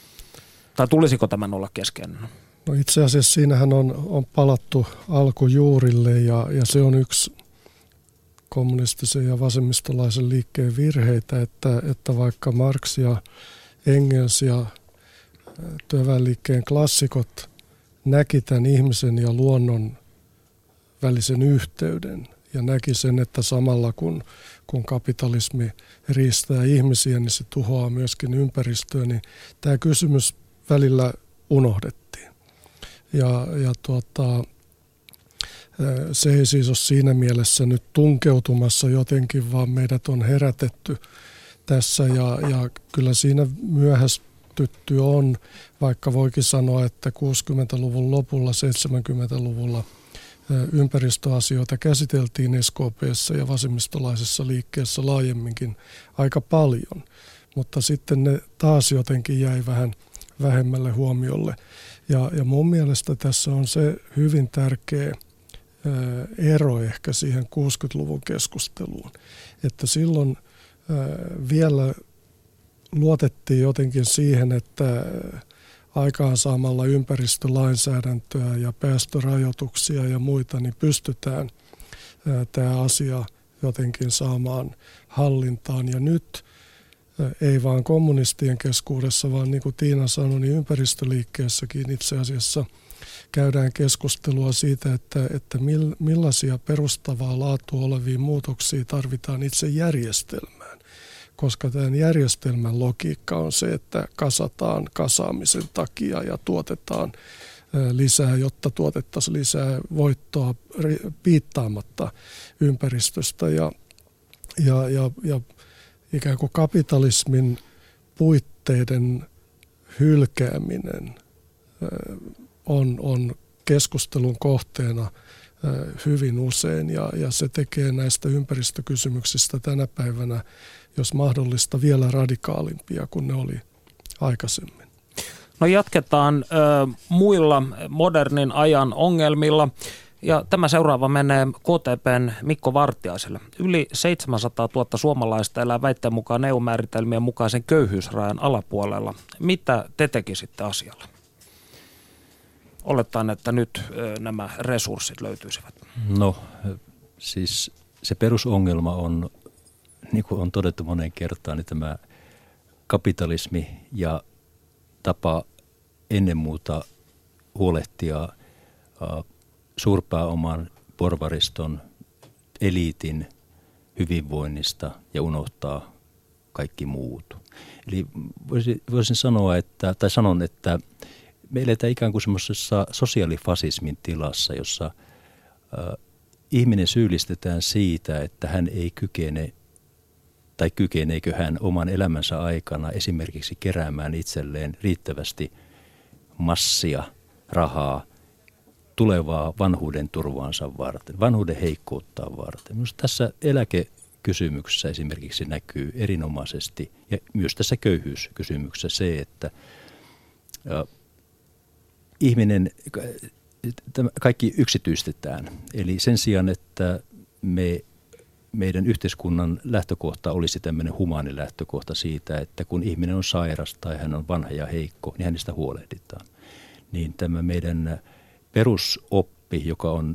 Tai tulisiko tämän olla keskeinen? No itse asiassa siinähän on palattu alkujuurille ja se on yksi kommunistisen ja vasemmistolaisen liikkeen virheitä, että vaikka Marx ja Engels ja työväenliikkeen klassikot näki tämän ihmisen ja luonnon välisen yhteyden ja näki sen, että samalla kun kapitalismi riistää ihmisiä, niin se tuhoaa myöskin ympäristöä, niin tämä kysymys välillä unohdettiin. Ja se ei siis ole siinä mielessä nyt tunkeutumassa jotenkin, vaan meidät on herätetty tässä ja kyllä siinä myöhästytty on, vaikka voikin sanoa, että 60-luvun lopulla, 70-luvulla ympäristöasioita käsiteltiin SKP:ssä ja vasemmistolaisessa liikkeessä laajemminkin aika paljon, mutta sitten ne taas jotenkin jäi vähän vähemmälle huomiolle. Ja mun mielestä tässä on se hyvin tärkeä ero ehkä siihen 60-luvun keskusteluun, että silloin vielä luotettiin jotenkin siihen, että aikaansaamalla ympäristölainsäädäntöä ja päästörajoituksia ja muita, niin pystytään tämä asia jotenkin saamaan hallintaan. Ja nyt ei vaan kommunistien keskuudessa, vaan niin kuin Tiina sanoi, niin ympäristöliikkeessäkin itse asiassa käydään keskustelua siitä, että millaisia perustavaa laatua olevia muutoksia tarvitaan itse järjestelmään. Koska tämän järjestelmän logiikka on se, että kasataan kasaamisen takia ja tuotetaan lisää, jotta tuotettaisiin lisää voittoa piittaamatta ympäristöstä ja ikään kuin kapitalismin puitteiden hylkääminen on keskustelun kohteena hyvin usein ja se tekee näistä ympäristökysymyksistä tänä päivänä, jos mahdollista, vielä radikaalimpia kuin ne oli aikaisemmin. No jatketaan muilla modernin ajan ongelmilla. Ja tämä seuraava menee KTP:n Mikko Vartiaiselle. Yli 700 000 suomalaista elää väitteen mukaan EU-määritelmien mukaisen köyhyysrajan alapuolella. Mitä te tekisitte asialle? Olettaen, että nyt nämä resurssit löytyisivät. No siis se perusongelma on, niin kuin on todettu moneen kertaan, niin tämä kapitalismi ja tapa ennen muuta huolehtia suurpääoman, porvariston, eliitin hyvinvoinnista ja unohtaa kaikki muut. Eli voisin sanoa, sanon, että me eletään ikään kuin semmoisessa sosiaalifasismin tilassa, jossa ihminen syyllistetään siitä, että hän ei kykene tai kykeneekö hän oman elämänsä aikana esimerkiksi keräämään itselleen riittävästi massia, rahaa, tulevaa vanhuuden turvaansa varten, vanhuuden heikkouttaa varten. Minusta tässä eläkekysymyksessä esimerkiksi näkyy erinomaisesti ja myös tässä köyhyyskysymyksessä se, että ihminen, kaikki yksityistetään. Eli sen sijaan, että meidän yhteiskunnan lähtökohta olisi tämmöinen humaani lähtökohta siitä, että kun ihminen on sairas tai hän on vanha ja heikko, niin hänestä huolehditaan. Niin tämä meidän perusoppi,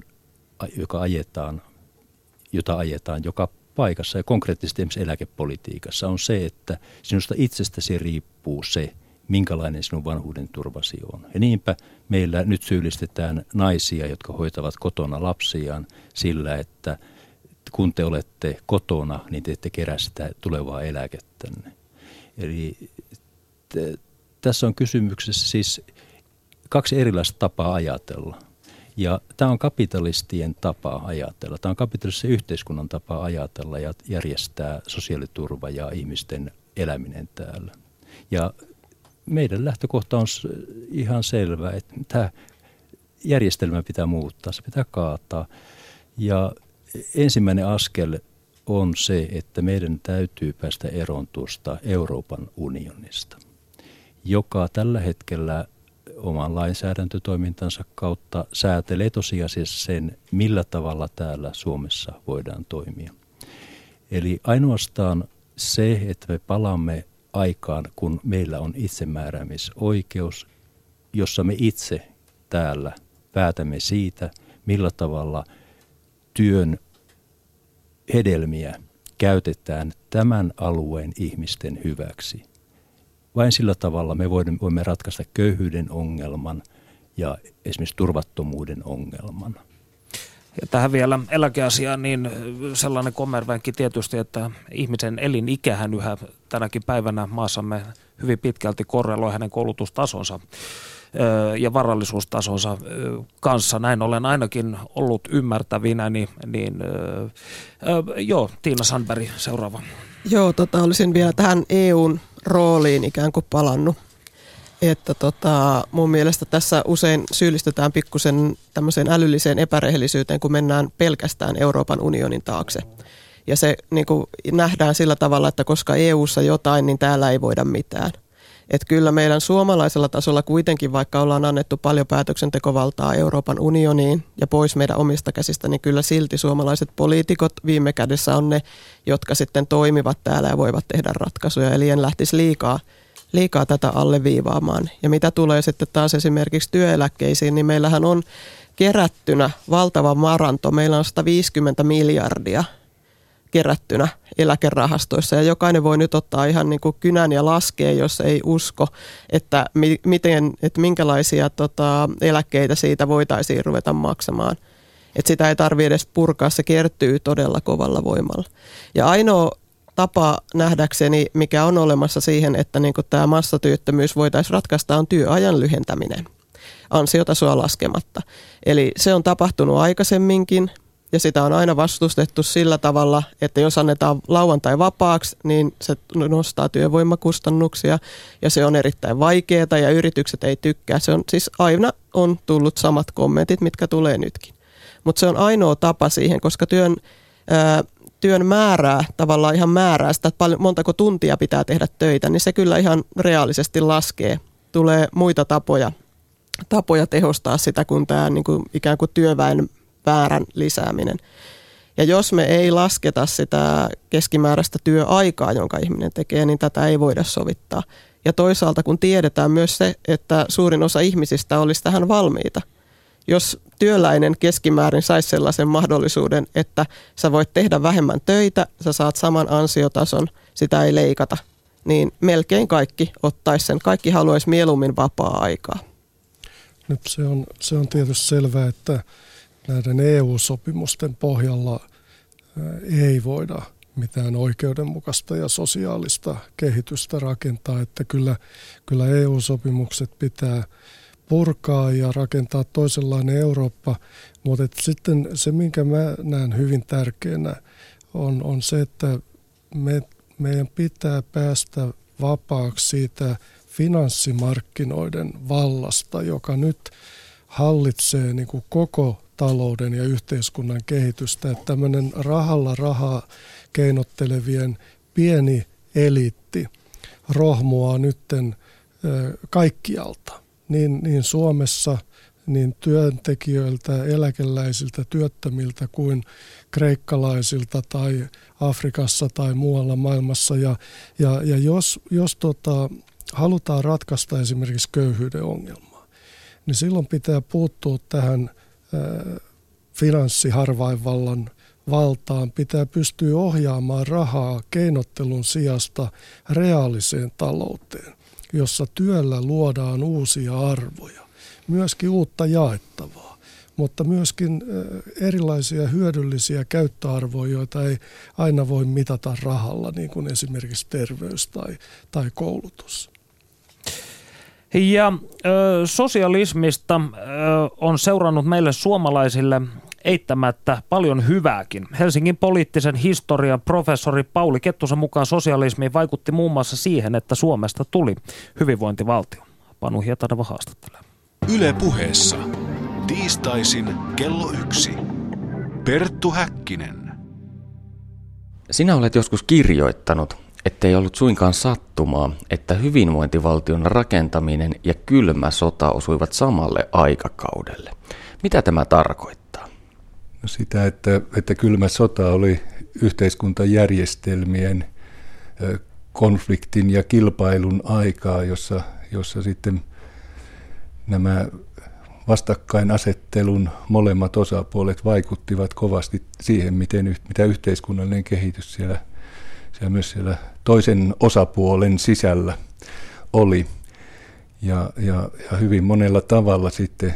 jota ajetaan joka paikassa ja konkreettisesti esimerkiksi eläkepolitiikassa, on se, että sinusta itsestäsi riippuu se, minkälainen sinun vanhuuden turvasi on. Ja niinpä meillä nyt syyllistetään naisia, jotka hoitavat kotona lapsiaan sillä, että kun te olette kotona, niin te ette kerää sitä tulevaa eläkettänne. Eli tässä on kysymyksessä siis kaksi erilaista tapaa ajatella. Ja tämä on kapitalistien tapa ajatella. Tämä on kapitalistisen yhteiskunnan tapa ajatella ja järjestää sosiaaliturva ja ihmisten eläminen täällä. Ja meidän lähtökohta on ihan selvä, että tämä järjestelmä pitää muuttaa, se pitää kaataa. Ja ensimmäinen askel on se, että meidän täytyy päästä eroon tuosta Euroopan unionista, joka tällä hetkellä oman lainsäädäntötoimintansa kautta säätelee tosiasiassa sen, millä tavalla täällä Suomessa voidaan toimia. Eli ainoastaan se, että me palaamme aikaan, kun meillä on itsemääräämisoikeus, jossa me itse täällä päätämme siitä, millä tavalla työn hedelmiä käytetään tämän alueen ihmisten hyväksi. Vain sillä tavalla me voimme ratkaista köyhyyden ongelman ja esimerkiksi turvattomuuden ongelman. Ja tähän vielä eläkeasiaan, niin sellainen kommervenkki tietysti, että ihmisen elinikähän yhä tänäkin päivänä maassamme hyvin pitkälti korreloi hänen koulutustasonsa ja varallisuustasonsa kanssa. Näin olen ainakin ollut ymmärtävinä, Tiina Sandberg, seuraava. Joo, olisin vielä tähän EUn rooliin ikään kuin palannut. Että mun mielestä tässä usein syyllistetään pikkusen tämmöiseen älylliseen epärehellisyyteen, kun mennään pelkästään Euroopan unionin taakse. Ja se niin kuin nähdään sillä tavalla, että koska EU:ssa jotain, niin täällä ei voida mitään. Että kyllä meidän suomalaisella tasolla kuitenkin, vaikka ollaan annettu paljon päätöksentekovaltaa Euroopan unioniin ja pois meidän omista käsistä, niin kyllä silti suomalaiset poliitikot viime kädessä on ne, jotka sitten toimivat täällä ja voivat tehdä ratkaisuja. Eli en lähtisi liikaa tätä alleviivaamaan. Ja mitä tulee sitten taas esimerkiksi työeläkkeisiin, niin meillähän on kerättynä valtava maranto. Meillä on 150 miljardia kerättynä eläkerahastoissa ja jokainen voi nyt ottaa ihan niin kuin kynän ja laskea, jos ei usko, että minkälaisia eläkkeitä siitä voitaisiin ruveta maksamaan. Että sitä ei tarvitse edes purkaa, se kertyy todella kovalla voimalla. Ja ainoa tapa nähdäkseni, mikä on olemassa siihen, että niin kuin tämä massatyöttömyys voitaisiin ratkaista, on työajan lyhentäminen ansiotasoa laskematta. Eli se on tapahtunut aikaisemminkin ja sitä on aina vastustettu sillä tavalla, että jos annetaan lauantai vapaaksi, niin se nostaa työvoimakustannuksia ja se on erittäin vaikeaa ja yritykset ei tykkää. Se on siis aina on tullut samat kommentit, mitkä tulee nytkin. mutta se on ainoa tapa siihen, koska työn määrää, tavallaan ihan määrää sitä, että montako tuntia pitää tehdä töitä, niin se kyllä ihan reaalisesti laskee. Tulee muita tapoja tehostaa sitä kuin tämä niin kuin ikään kuin työväen määrän lisääminen. Ja jos me ei lasketa sitä keskimääräistä työaikaa, jonka ihminen tekee, niin tätä ei voida sovittaa. Ja toisaalta kun tiedetään myös se, että suurin osa ihmisistä olisi tähän valmiita. Jos työläinen keskimäärin saisi sellaisen mahdollisuuden, että sä voit tehdä vähemmän töitä, sä saat saman ansiotason, sitä ei leikata, niin melkein kaikki ottaisi sen. Kaikki haluaisi mieluummin vapaa-aikaa. Nyt se on tietysti selvää, että näiden EU-sopimusten pohjalla ei voida mitään oikeudenmukaista ja sosiaalista kehitystä rakentaa, että kyllä EU-sopimukset pitää purkaa ja rakentaa toisenlainen Eurooppa, mutta sitten se, minkä mä näen hyvin tärkeänä, on se, että meidän pitää päästä vapaaksi siitä finanssimarkkinoiden vallasta, joka nyt hallitsee niin kuin koko talouden ja yhteiskunnan kehitystä, että tämmöinen rahalla rahaa keinottelevien pieni eliitti rohmuaa nytten kaikkialta, niin Suomessa, niin työntekijöiltä, eläkeläisiltä, työttömiltä kuin kreikkalaisilta tai Afrikassa tai muualla maailmassa. Ja jos halutaan ratkaista esimerkiksi köyhyyden ongelmaa, niin silloin pitää puuttua tähän finanssiharvainvallan valtaan, pitää pystyä ohjaamaan rahaa keinottelun sijasta reaaliseen talouteen, jossa työllä luodaan uusia arvoja, myöskin uutta jaettavaa, mutta myöskin erilaisia hyödyllisiä käyttöarvoja, joita ei aina voi mitata rahalla, niin kuin esimerkiksi terveys tai koulutus. Ja sosialismista on seurannut meille suomalaisille eittämättä paljon hyvääkin. Helsingin poliittisen historian professori Pauli Kettusen mukaan sosialismi vaikutti muun muassa siihen, että Suomesta tuli hyvinvointivaltio. Panu Hietaneva haastattelee. Yle Puheessa. Tiistaisin kello 1. Perttu Häkkinen. Sinä olet joskus kirjoittanut, ettei ollut suinkaan sattumaa, että hyvinvointivaltion rakentaminen ja kylmä sota osuivat samalle aikakaudelle. Mitä tämä tarkoittaa? No sitä, että kylmä sota oli yhteiskuntajärjestelmien konfliktin ja kilpailun aikaa, jossa sitten nämä vastakkainasettelun molemmat osapuolet vaikuttivat kovasti siihen, mitä yhteiskunnallinen kehitys siellä myös siellä toisen osapuolen sisällä oli. Ja hyvin monella tavalla sitten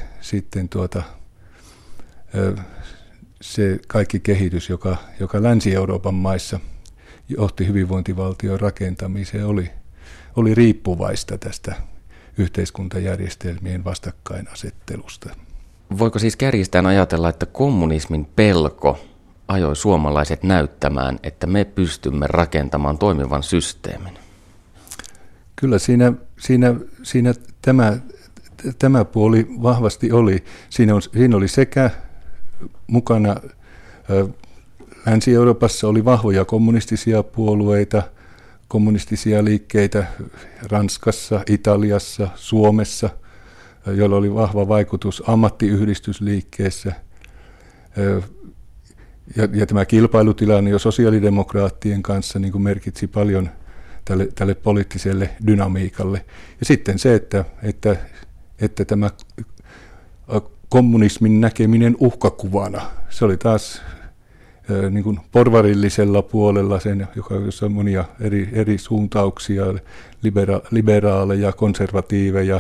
se kaikki kehitys, joka Länsi-Euroopan maissa johti hyvinvointivaltion rakentamiseen, oli riippuvaista tästä yhteiskuntajärjestelmien vastakkainasettelusta. Voiko siis kärjistäen ajatella, että kommunismin pelko ajoi suomalaiset näyttämään, että me pystymme rakentamaan toimivan systeemin? Kyllä siinä tämä puoli vahvasti oli. Siinä oli sekä mukana Länsi-Euroopassa oli vahvoja kommunistisia puolueita, kommunistisia liikkeitä Ranskassa, Italiassa, Suomessa, joilla oli vahva vaikutus ammattiyhdistysliikkeessä. Ja tämä kilpailutilanne jo sosiaalidemokraattien kanssa niin kuin merkitsi paljon tälle poliittiselle dynamiikalle. Ja sitten se, että tämä kommunismin näkeminen uhkakuvana, se oli taas niin kuin porvarillisella puolella sen, jossa on monia eri suuntauksia, liberaaleja, konservatiiveja,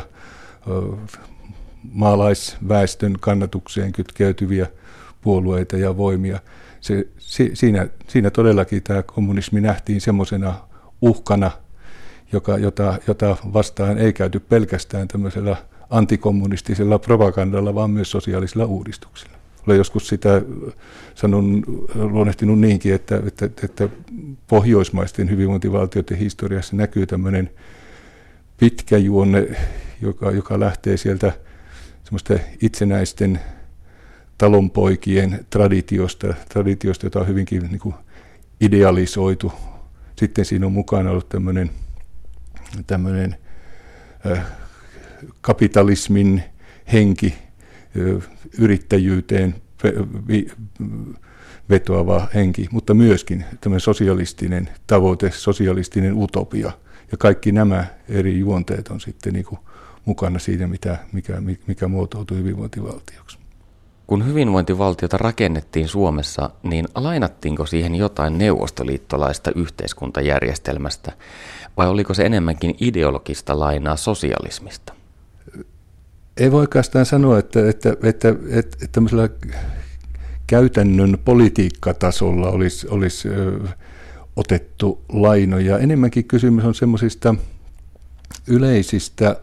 maalaisväestön kannatukseen kytkeytyviä puolueita ja voimia. Siinä todellakin tämä kommunismi nähtiin semmoisena uhkana, jota vastaan ei käyty pelkästään tämmöisellä antikommunistisella propagandalla, vaan myös sosiaalisilla uudistuksilla. Olen joskus sitä luonnehtinut niinkin, että pohjoismaisten hyvinvointivaltioiden historiassa näkyy tämmöinen pitkä juonne, joka lähtee sieltä semmoista itsenäisten talonpoikien traditiosta, jota on hyvinkin niin kuin idealisoitu. Sitten siinä on mukana ollut tämmöinen kapitalismin henki, yrittäjyyteen vetoava henki, mutta myöskin tämmöinen sosialistinen tavoite, sosialistinen utopia. Ja kaikki nämä eri juonteet on sitten niin kuin mukana siinä, mikä muotoutui hyvinvointivaltioksi. Kun hyvinvointivaltiota rakennettiin Suomessa, niin lainattiinko siihen jotain neuvostoliittolaista yhteiskuntajärjestelmästä, vai oliko se enemmänkin ideologista lainaa sosialismista? Ei voi oikeastaan sanoa, että tämmöisellä käytännön politiikkatasolla olisi otettu lainoja. Enemmänkin kysymys on semmoisista yleisistä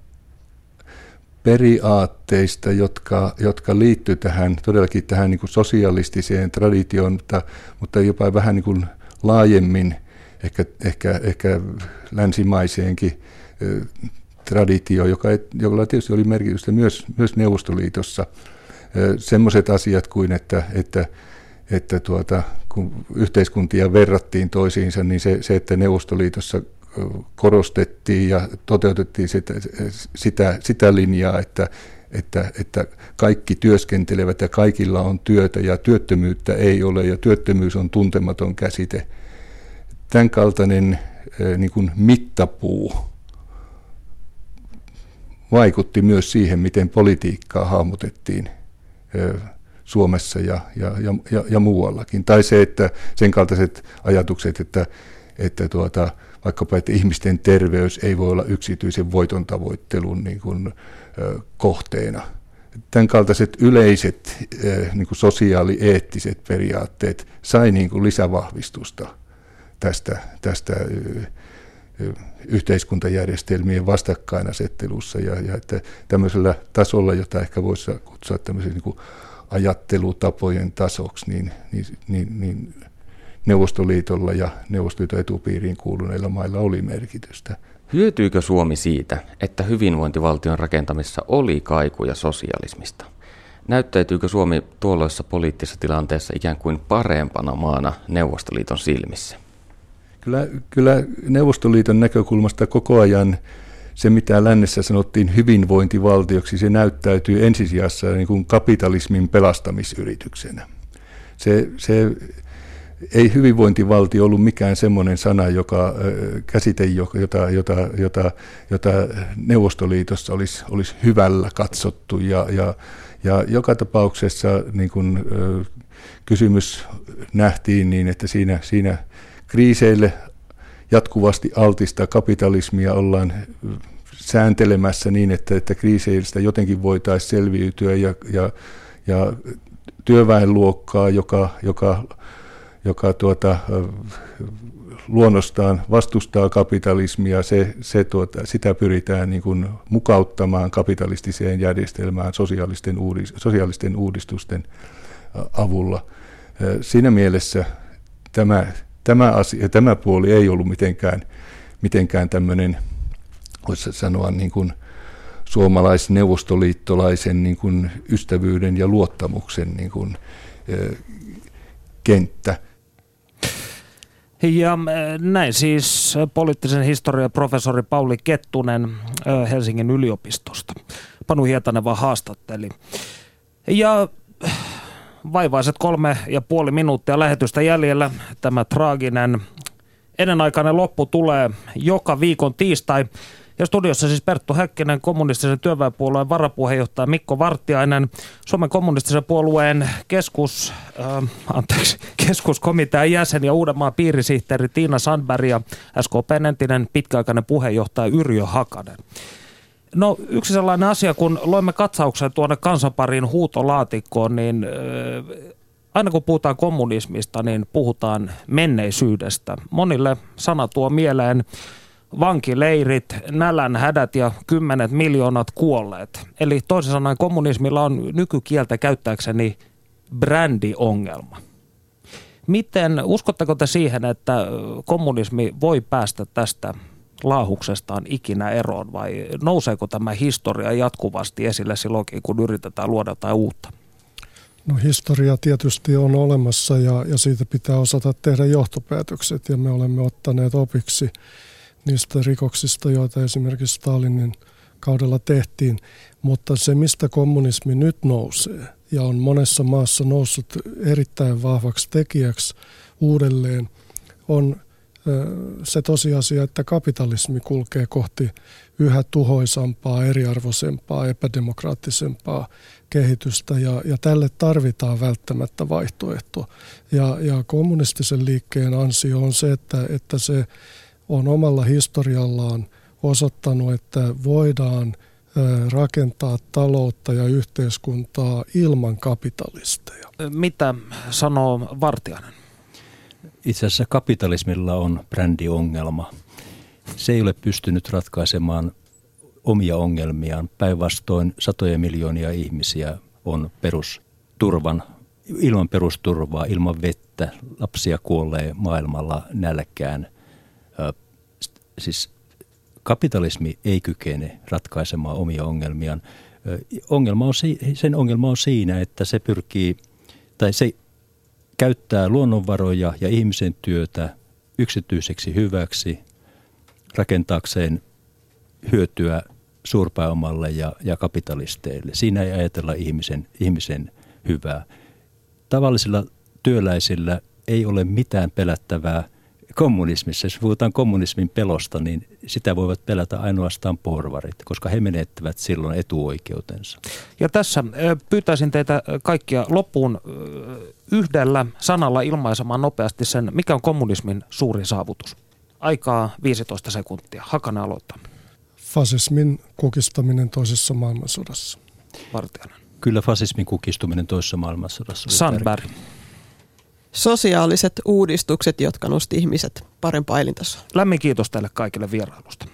periaatteista, jotka liittyy todellakin tähän niin kuin sosialistiseen traditioon, mutta jopa vähän niin kuin laajemmin ehkä länsimaiseenkin traditioon, jolla tietysti oli merkitystä myös Neuvostoliitossa. Semmoiset asiat kuin, että kun yhteiskuntia verrattiin toisiinsa, niin se että Neuvostoliitossa korostettiin ja toteutettiin sitä linjaa, että kaikki työskentelevät ja kaikilla on työtä ja työttömyyttä ei ole ja työttömyys on tuntematon käsite. Tämän kaltainen niin kuin mittapuu vaikutti myös siihen, miten politiikkaa hahmotettiin Suomessa ja muuallakin. Tai se, että sen kaltaiset ajatukset, että vaikkapa että ihmisten terveys ei voi olla yksityisen voiton tavoittelun niin kuin kohteena. Tämän kaltaiset yleiset niin kuin sosiaali-eettiset periaatteet sai niin kuin lisävahvistusta tästä yhteiskuntajärjestelmien vastakkainasettelussa ja että tämmöisellä tasolla, jota ehkä voisi kutsua tämmöisen niin kuin ajattelutapojen tasoksi, niin Neuvostoliitolla ja Neuvostoliiton etupiiriin kuuluneilla mailla oli merkitystä. Hyötyykö Suomi siitä, että hyvinvointivaltion rakentamissa oli kaikuja sosialismista? Näyttäytyykö Suomi tuolloissa poliittisessa tilanteessa ikään kuin parempana maana Neuvostoliiton silmissä? Kyllä Neuvostoliiton näkökulmasta koko ajan se, mitä lännessä sanottiin hyvinvointivaltioksi, se näyttäytyy ensisijassa niin kuin kapitalismin pelastamisyrityksenä. Se ei hyvinvointivaltio ollut mikään semmoinen sana, käsite, jota Neuvostoliitossa olisi hyvällä katsottu ja joka tapauksessa niin kuin, kysymys nähtiin niin, että siinä kriiseille jatkuvasti altista kapitalismia ollaan sääntelemässä niin, että kriiseistä jotenkin voitaisiin selviytyä ja työväenluokkaa, joka luonnostaan vastustaa kapitalismia, sitä pyritään niin kuin mukauttamaan kapitalistiseen järjestelmään sosiaalisten uudistusten avulla. Siinä mielessä tämä puoli ei ollut mitenkään tämmöinen, voisi sanoa, niin kuin suomalais-neuvostoliittolaisen niin kuin ystävyyden ja luottamuksen niin kuin kenttä. Ja näin siis poliittisen historian professori Pauli Kettunen Helsingin yliopistosta. Panu Hietaneva haastatteli. Ja vaivaiset 3,5 minuuttia lähetystä jäljellä. Tämä traaginen ennenaikainen loppu tulee joka viikon tiistai. Ja studiossa siis Perttu Häkkinen, kommunistisen työväenpuolueen varapuheenjohtaja Mikko Vartiainen, Suomen kommunistisen puolueen keskuskomitean jäsen ja Uudenmaan piirisihteeri Tiina Sandberg ja SKP:n entinen pitkäaikainen puheenjohtaja Yrjö Hakanen. No yksi sellainen asia, kun loimme katsauksen tuonne Kansanparin huutolaatikkoon, niin aina kun puhutaan kommunismista, niin puhutaan menneisyydestä. Monille sana tuo mieleen vankileirit, nälänhädät ja 10 miljoonat kuolleet. Eli toisin sanoen kommunismilla on nykykieltä käyttääkseni brändiongelma. Miten, uskotteko te siihen, että kommunismi voi päästä tästä laahuksestaan ikinä eroon vai nouseeko tämä historia jatkuvasti esille silloinkin, kun yritetään luoda jotain uutta? No historia tietysti on olemassa ja siitä pitää osata tehdä johtopäätökset ja me olemme ottaneet opiksi niistä rikoksista, joita esimerkiksi Stalinin kaudella tehtiin. Mutta se, mistä kommunismi nyt nousee ja on monessa maassa noussut erittäin vahvaksi tekijäksi uudelleen, on se tosiasia, että kapitalismi kulkee kohti yhä tuhoisampaa, eriarvoisempaa, epädemokraattisempaa kehitystä ja tälle tarvitaan välttämättä vaihtoehto. Ja kommunistisen liikkeen ansio on se, että se on omalla historiallaan osoittanut, että voidaan rakentaa taloutta ja yhteiskuntaa ilman kapitalisteja. Mitä sanoo Vartiainen? Itse asiassa kapitalismilla on brändiongelma. Se ei ole pystynyt ratkaisemaan omia ongelmiaan. Päinvastoin satoja miljoonia ihmisiä on ilman perusturvaa, ilman vettä. Lapsia kuolee maailmalla nälkään. Siis kapitalismi ei kykene ratkaisemaan omia ongelmiaan. Sen ongelma on siinä, että se se käyttää luonnonvaroja ja ihmisen työtä yksityiseksi hyväksi rakentaakseen hyötyä suurpääomalle ja kapitalisteille. Siinä ei ajatella ihmisen hyvää. Tavallisilla työläisillä ei ole mitään pelättävää kommunismissa. Jos puhutaan kommunismin pelosta, niin sitä voivat pelätä ainoastaan porvarit, koska he menettävät silloin etuoikeutensa. Ja tässä pyytäisin teitä kaikkia loppuun yhdellä sanalla ilmaisemaan nopeasti sen, mikä on kommunismin suurin saavutus. Aikaa 15 sekuntia. Hakanen aloittaa. Fasismin kukistaminen toisessa maailmansodassa. Vartiainen. Kyllä fasismin kukistuminen toisessa maailmansodassa. Sandberg. Sosiaaliset uudistukset, jotka nosti ihmiset parempaan elintasoon. Lämmin kiitos teille kaikille vierailusta.